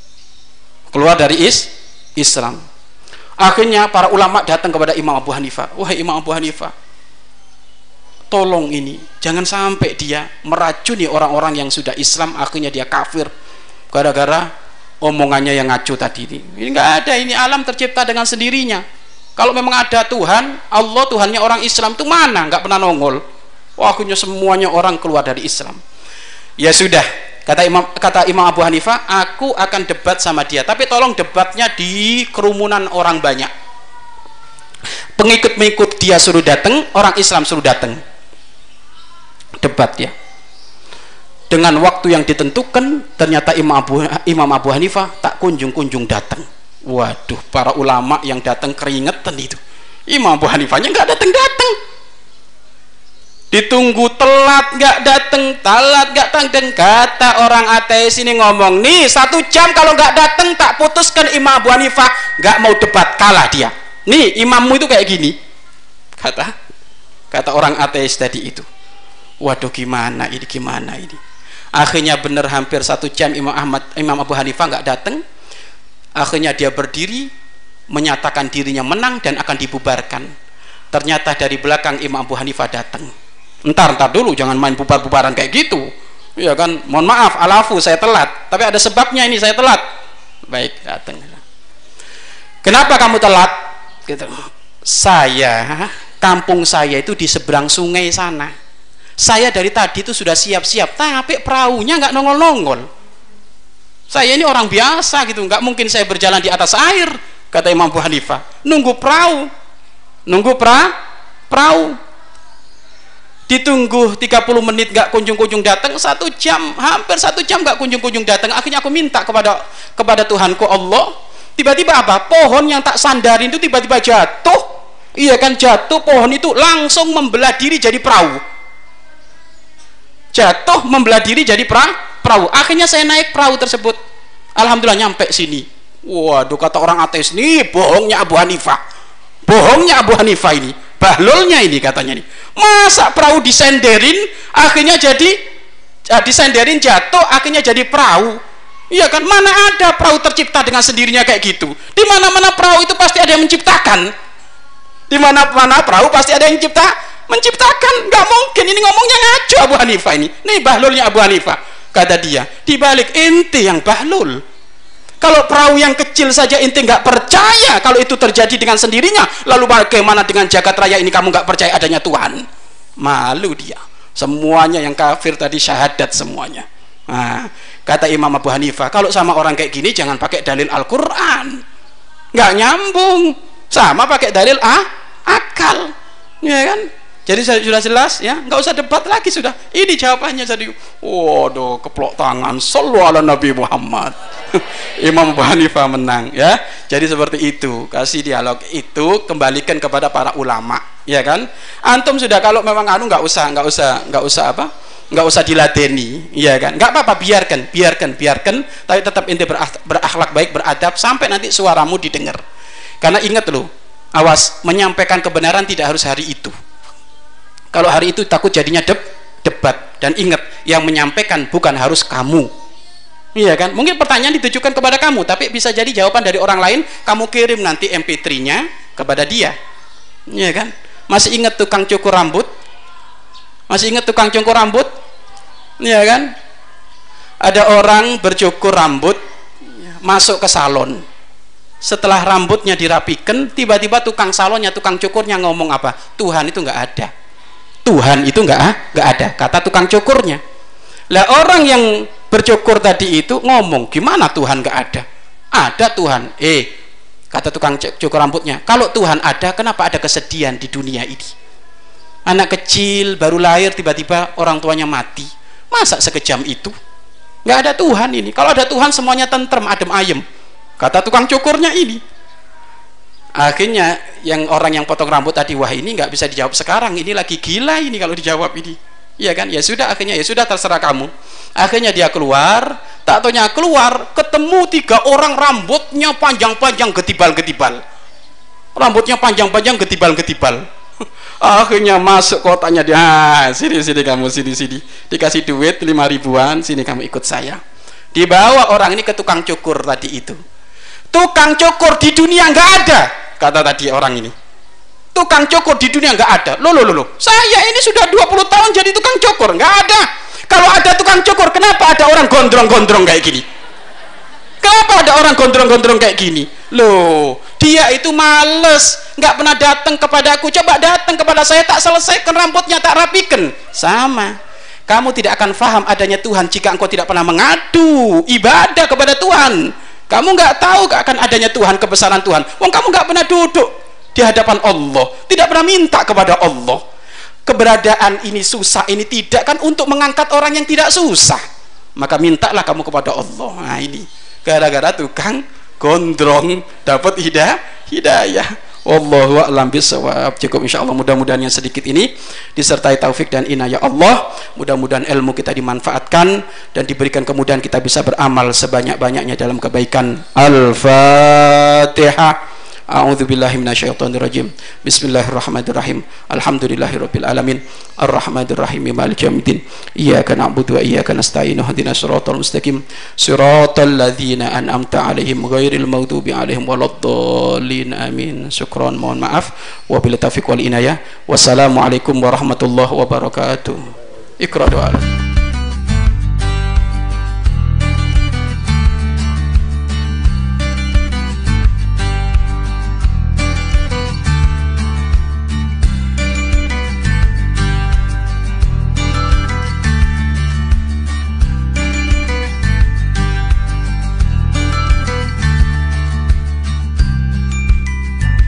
Islam. Akhirnya para ulama datang kepada Imam Abu Hanifah. Wahai Imam Abu Hanifah, tolong ini jangan sampai dia meracuni orang-orang yang sudah Islam, akhirnya dia kafir gara-gara omongannya yang ngaco tadi ini. Ini nggak ada, ini alam tercipta dengan sendirinya. Kalau memang ada Tuhan, Allah Tuhannya orang Islam itu mana? Nggak pernah nongol. Wah, akhirnya semuanya orang keluar dari Islam. Ya sudah, kata Imam Abu Hanifah, aku akan debat sama dia, tapi tolong debatnya di kerumunan orang banyak. Pengikut-pengikut dia suruh datang, orang Islam suruh datang. Debat ya. Dengan waktu yang ditentukan, ternyata Imam Abu Hanifah tak kunjung datang. Waduh, para ulama yang datang keringetan itu. Imam Abu Hanifahnya nggak datang. Ditunggu telat nggak datang, dan kata orang ateis ini ngomong, nih 1 jam kalau nggak datang tak putuskan Imam Abu Hanifah, nggak mau debat, kalah dia. Nih imammu itu kayak gini. Kata orang ateis tadi itu. Waduh, gimana ini? Akhirnya benar hampir 1 jam Imam Abu Hanifah nggak datang. Akhirnya dia berdiri, menyatakan dirinya menang dan akan dibubarkan. Ternyata dari belakang Imam Abu Hanifah datang. Entar dulu, jangan main bubar-bubaran kayak gitu. Ya kan, mohon maaf, alafu saya telat, tapi ada sebabnya ini saya telat. Baik, datang. Kenapa kamu telat? Gitu. Kampung saya itu di seberang sungai sana. Saya dari tadi itu sudah siap-siap, tapi perahunya nggak nongol-nongol. Saya ini orang biasa gitu, nggak mungkin saya berjalan di atas air, kata Imam Abu Hanifah. Nunggu perahu, perahu. Ditunggu 30 menit nggak kunjung-kunjung datang, 1 jam, hampir 1 jam nggak kunjung-kunjung datang. Akhirnya aku minta kepada Tuhanku Allah. Tiba-tiba apa? Pohon yang tak sandarin itu tiba-tiba jatuh. Iya kan, jatuh pohon itu langsung membelah diri jadi perahu. Jatuh membelah diri jadi perahu. Akhirnya saya naik perahu tersebut. Alhamdulillah nyampe sini. Waduh, kata orang ateis nih, bohongnya Abu Hanifah. Bohongnya Abu Hanifah ini. Bahlulnya ini katanya nih. Masa perahu disenderin akhirnya jadi disenderin jatuh akhirnya jadi perahu. Iya kan, mana ada perahu tercipta dengan sendirinya kayak gitu. Di mana-mana perahu itu pasti ada yang menciptakan. Di mana-mana perahu pasti ada yang menciptakan. Nggak mungkin, ini ngomongnya ngaco Abu Hanifah ini. Nih bahlulnya Abu Hanifah. Kata dia, dibalik ente yang bahlul. Kalau perahu yang kecil saja ente nggak percaya kalau itu terjadi dengan sendirinya, lalu bagaimana dengan jagat raya ini kamu nggak percaya adanya Tuhan? Malu dia. Semuanya yang kafir tadi syahadat semuanya. Nah, kata Imam Abu Hanifah, kalau sama orang kayak gini jangan pakai dalil Al-Quran, nggak nyambung. Sama pakai dalil akal, ya kan? Jadi sudah jelas ya, nggak usah debat lagi sudah. Ini jawabannya jadi, waduh, keplok tangan, sallu ala Nabi Muhammad. Imam Abu Hanifah menang ya. Jadi seperti itu, kasih dialog itu kembalikan kepada para ulama, ya kan? Antum sudah kalau memang nggak usah diladeni, ya kan? Nggak apa-apa, biarkan, tapi tetap ente berakhlak baik, beradab sampai nanti suaramu didengar. Karena ingat loh, awas, menyampaikan kebenaran tidak harus hari itu. Kalau hari itu takut jadinya debat. Dan ingat, yang menyampaikan bukan harus kamu. Iya kan? Mungkin pertanyaan ditujukan kepada kamu, tapi bisa jadi jawaban dari orang lain. Kamu kirim nanti MP3-nya kepada dia. Iya kan? Masih ingat tukang cukur rambut? Masih ingat tukang cukur rambut? Iya kan? Ada orang bercukur rambut, masuk ke salon. Setelah rambutnya dirapikan, tiba-tiba tukang salonnya, tukang cukurnya ngomong apa? Tuhan itu nggak ada. Tuhan itu nggak ada, kata tukang cukurnya. Lah orang yang bercukur tadi itu ngomong, gimana Tuhan nggak ada? Ada Tuhan. Kata tukang cukur rambutnya, kalau Tuhan ada, kenapa ada kesedihan di dunia ini? Anak kecil baru lahir tiba-tiba orang tuanya mati. Masa sekejam itu? Nggak ada Tuhan ini. Kalau ada Tuhan semuanya tentrem, adem ayem. Kata tukang cukurnya ini. Akhirnya yang orang yang potong rambut tadi, wah ini nggak bisa dijawab sekarang, ini lagi gila ini kalau dijawab ini. Iya kan? Ya sudah, akhirnya ya sudah, terserah kamu. Akhirnya dia keluar, tak taunya keluar ketemu 3 orang rambutnya panjang-panjang, getibal-getibal. Rambutnya panjang-panjang, getibal-getibal. Akhirnya masuk kotanya dia, sini kamu, sini. Dikasih duit 5 ribuan, sini kamu ikut saya. Dibawa orang ini ke tukang cukur tadi itu. Tukang cukur di dunia nggak ada, kata tadi orang ini. Tukang cukur di dunia nggak ada. Loh. Saya ini sudah 20 tahun jadi tukang cukur, nggak ada. Kalau ada tukang cukur, kenapa ada orang gondrong-gondrong kayak gini? Kenapa ada orang gondrong-gondrong kayak gini? Loh, dia itu males, nggak pernah datang kepadaku. Coba datang kepada saya, tak selesaikan rambutnya, tak rapikan. Sama. Kamu tidak akan faham adanya Tuhan jika engkau tidak pernah mengadu ibadah kepada Tuhan. Kamu nggak tahu akan adanya Tuhan, kebesaran Tuhan. Wong kamu nggak pernah duduk di hadapan Allah, tidak pernah minta kepada Allah. Keberadaan ini susah, ini tidak kan untuk mengangkat orang yang tidak susah. Maka mintalah kamu kepada Allah. Nah ini gara-gara tukang gondrong dapat hidayah. Wallahu a'lam bishawab. Cukup insyaallah, mudah-mudahan yang sedikit ini disertai taufik dan inayah Allah. Mudah-mudahan ilmu kita dimanfaatkan dan diberikan kemudahan kita bisa beramal sebanyak-banyaknya dalam kebaikan. Al-Fatihah. A'udzubillahi minasyaitonirrajim. Bismillahirrahmanirrahim. Alhamdulillahirabbil alamin. Arrahmanirrahim. Maliki yaumiddin. Iyyaka na'budu wa iyyaka nasta'in. Ihdinas siratal mustaqim. Siratal ladzina an'amta 'alaihim ghairil maghdubi 'alaihim waladdallin. Amin. Syukran, mohon maaf. Wabillahi taufiq wal inayah. Wassalamualaikum warahmatullahi wabarakatuh. Iqra doa.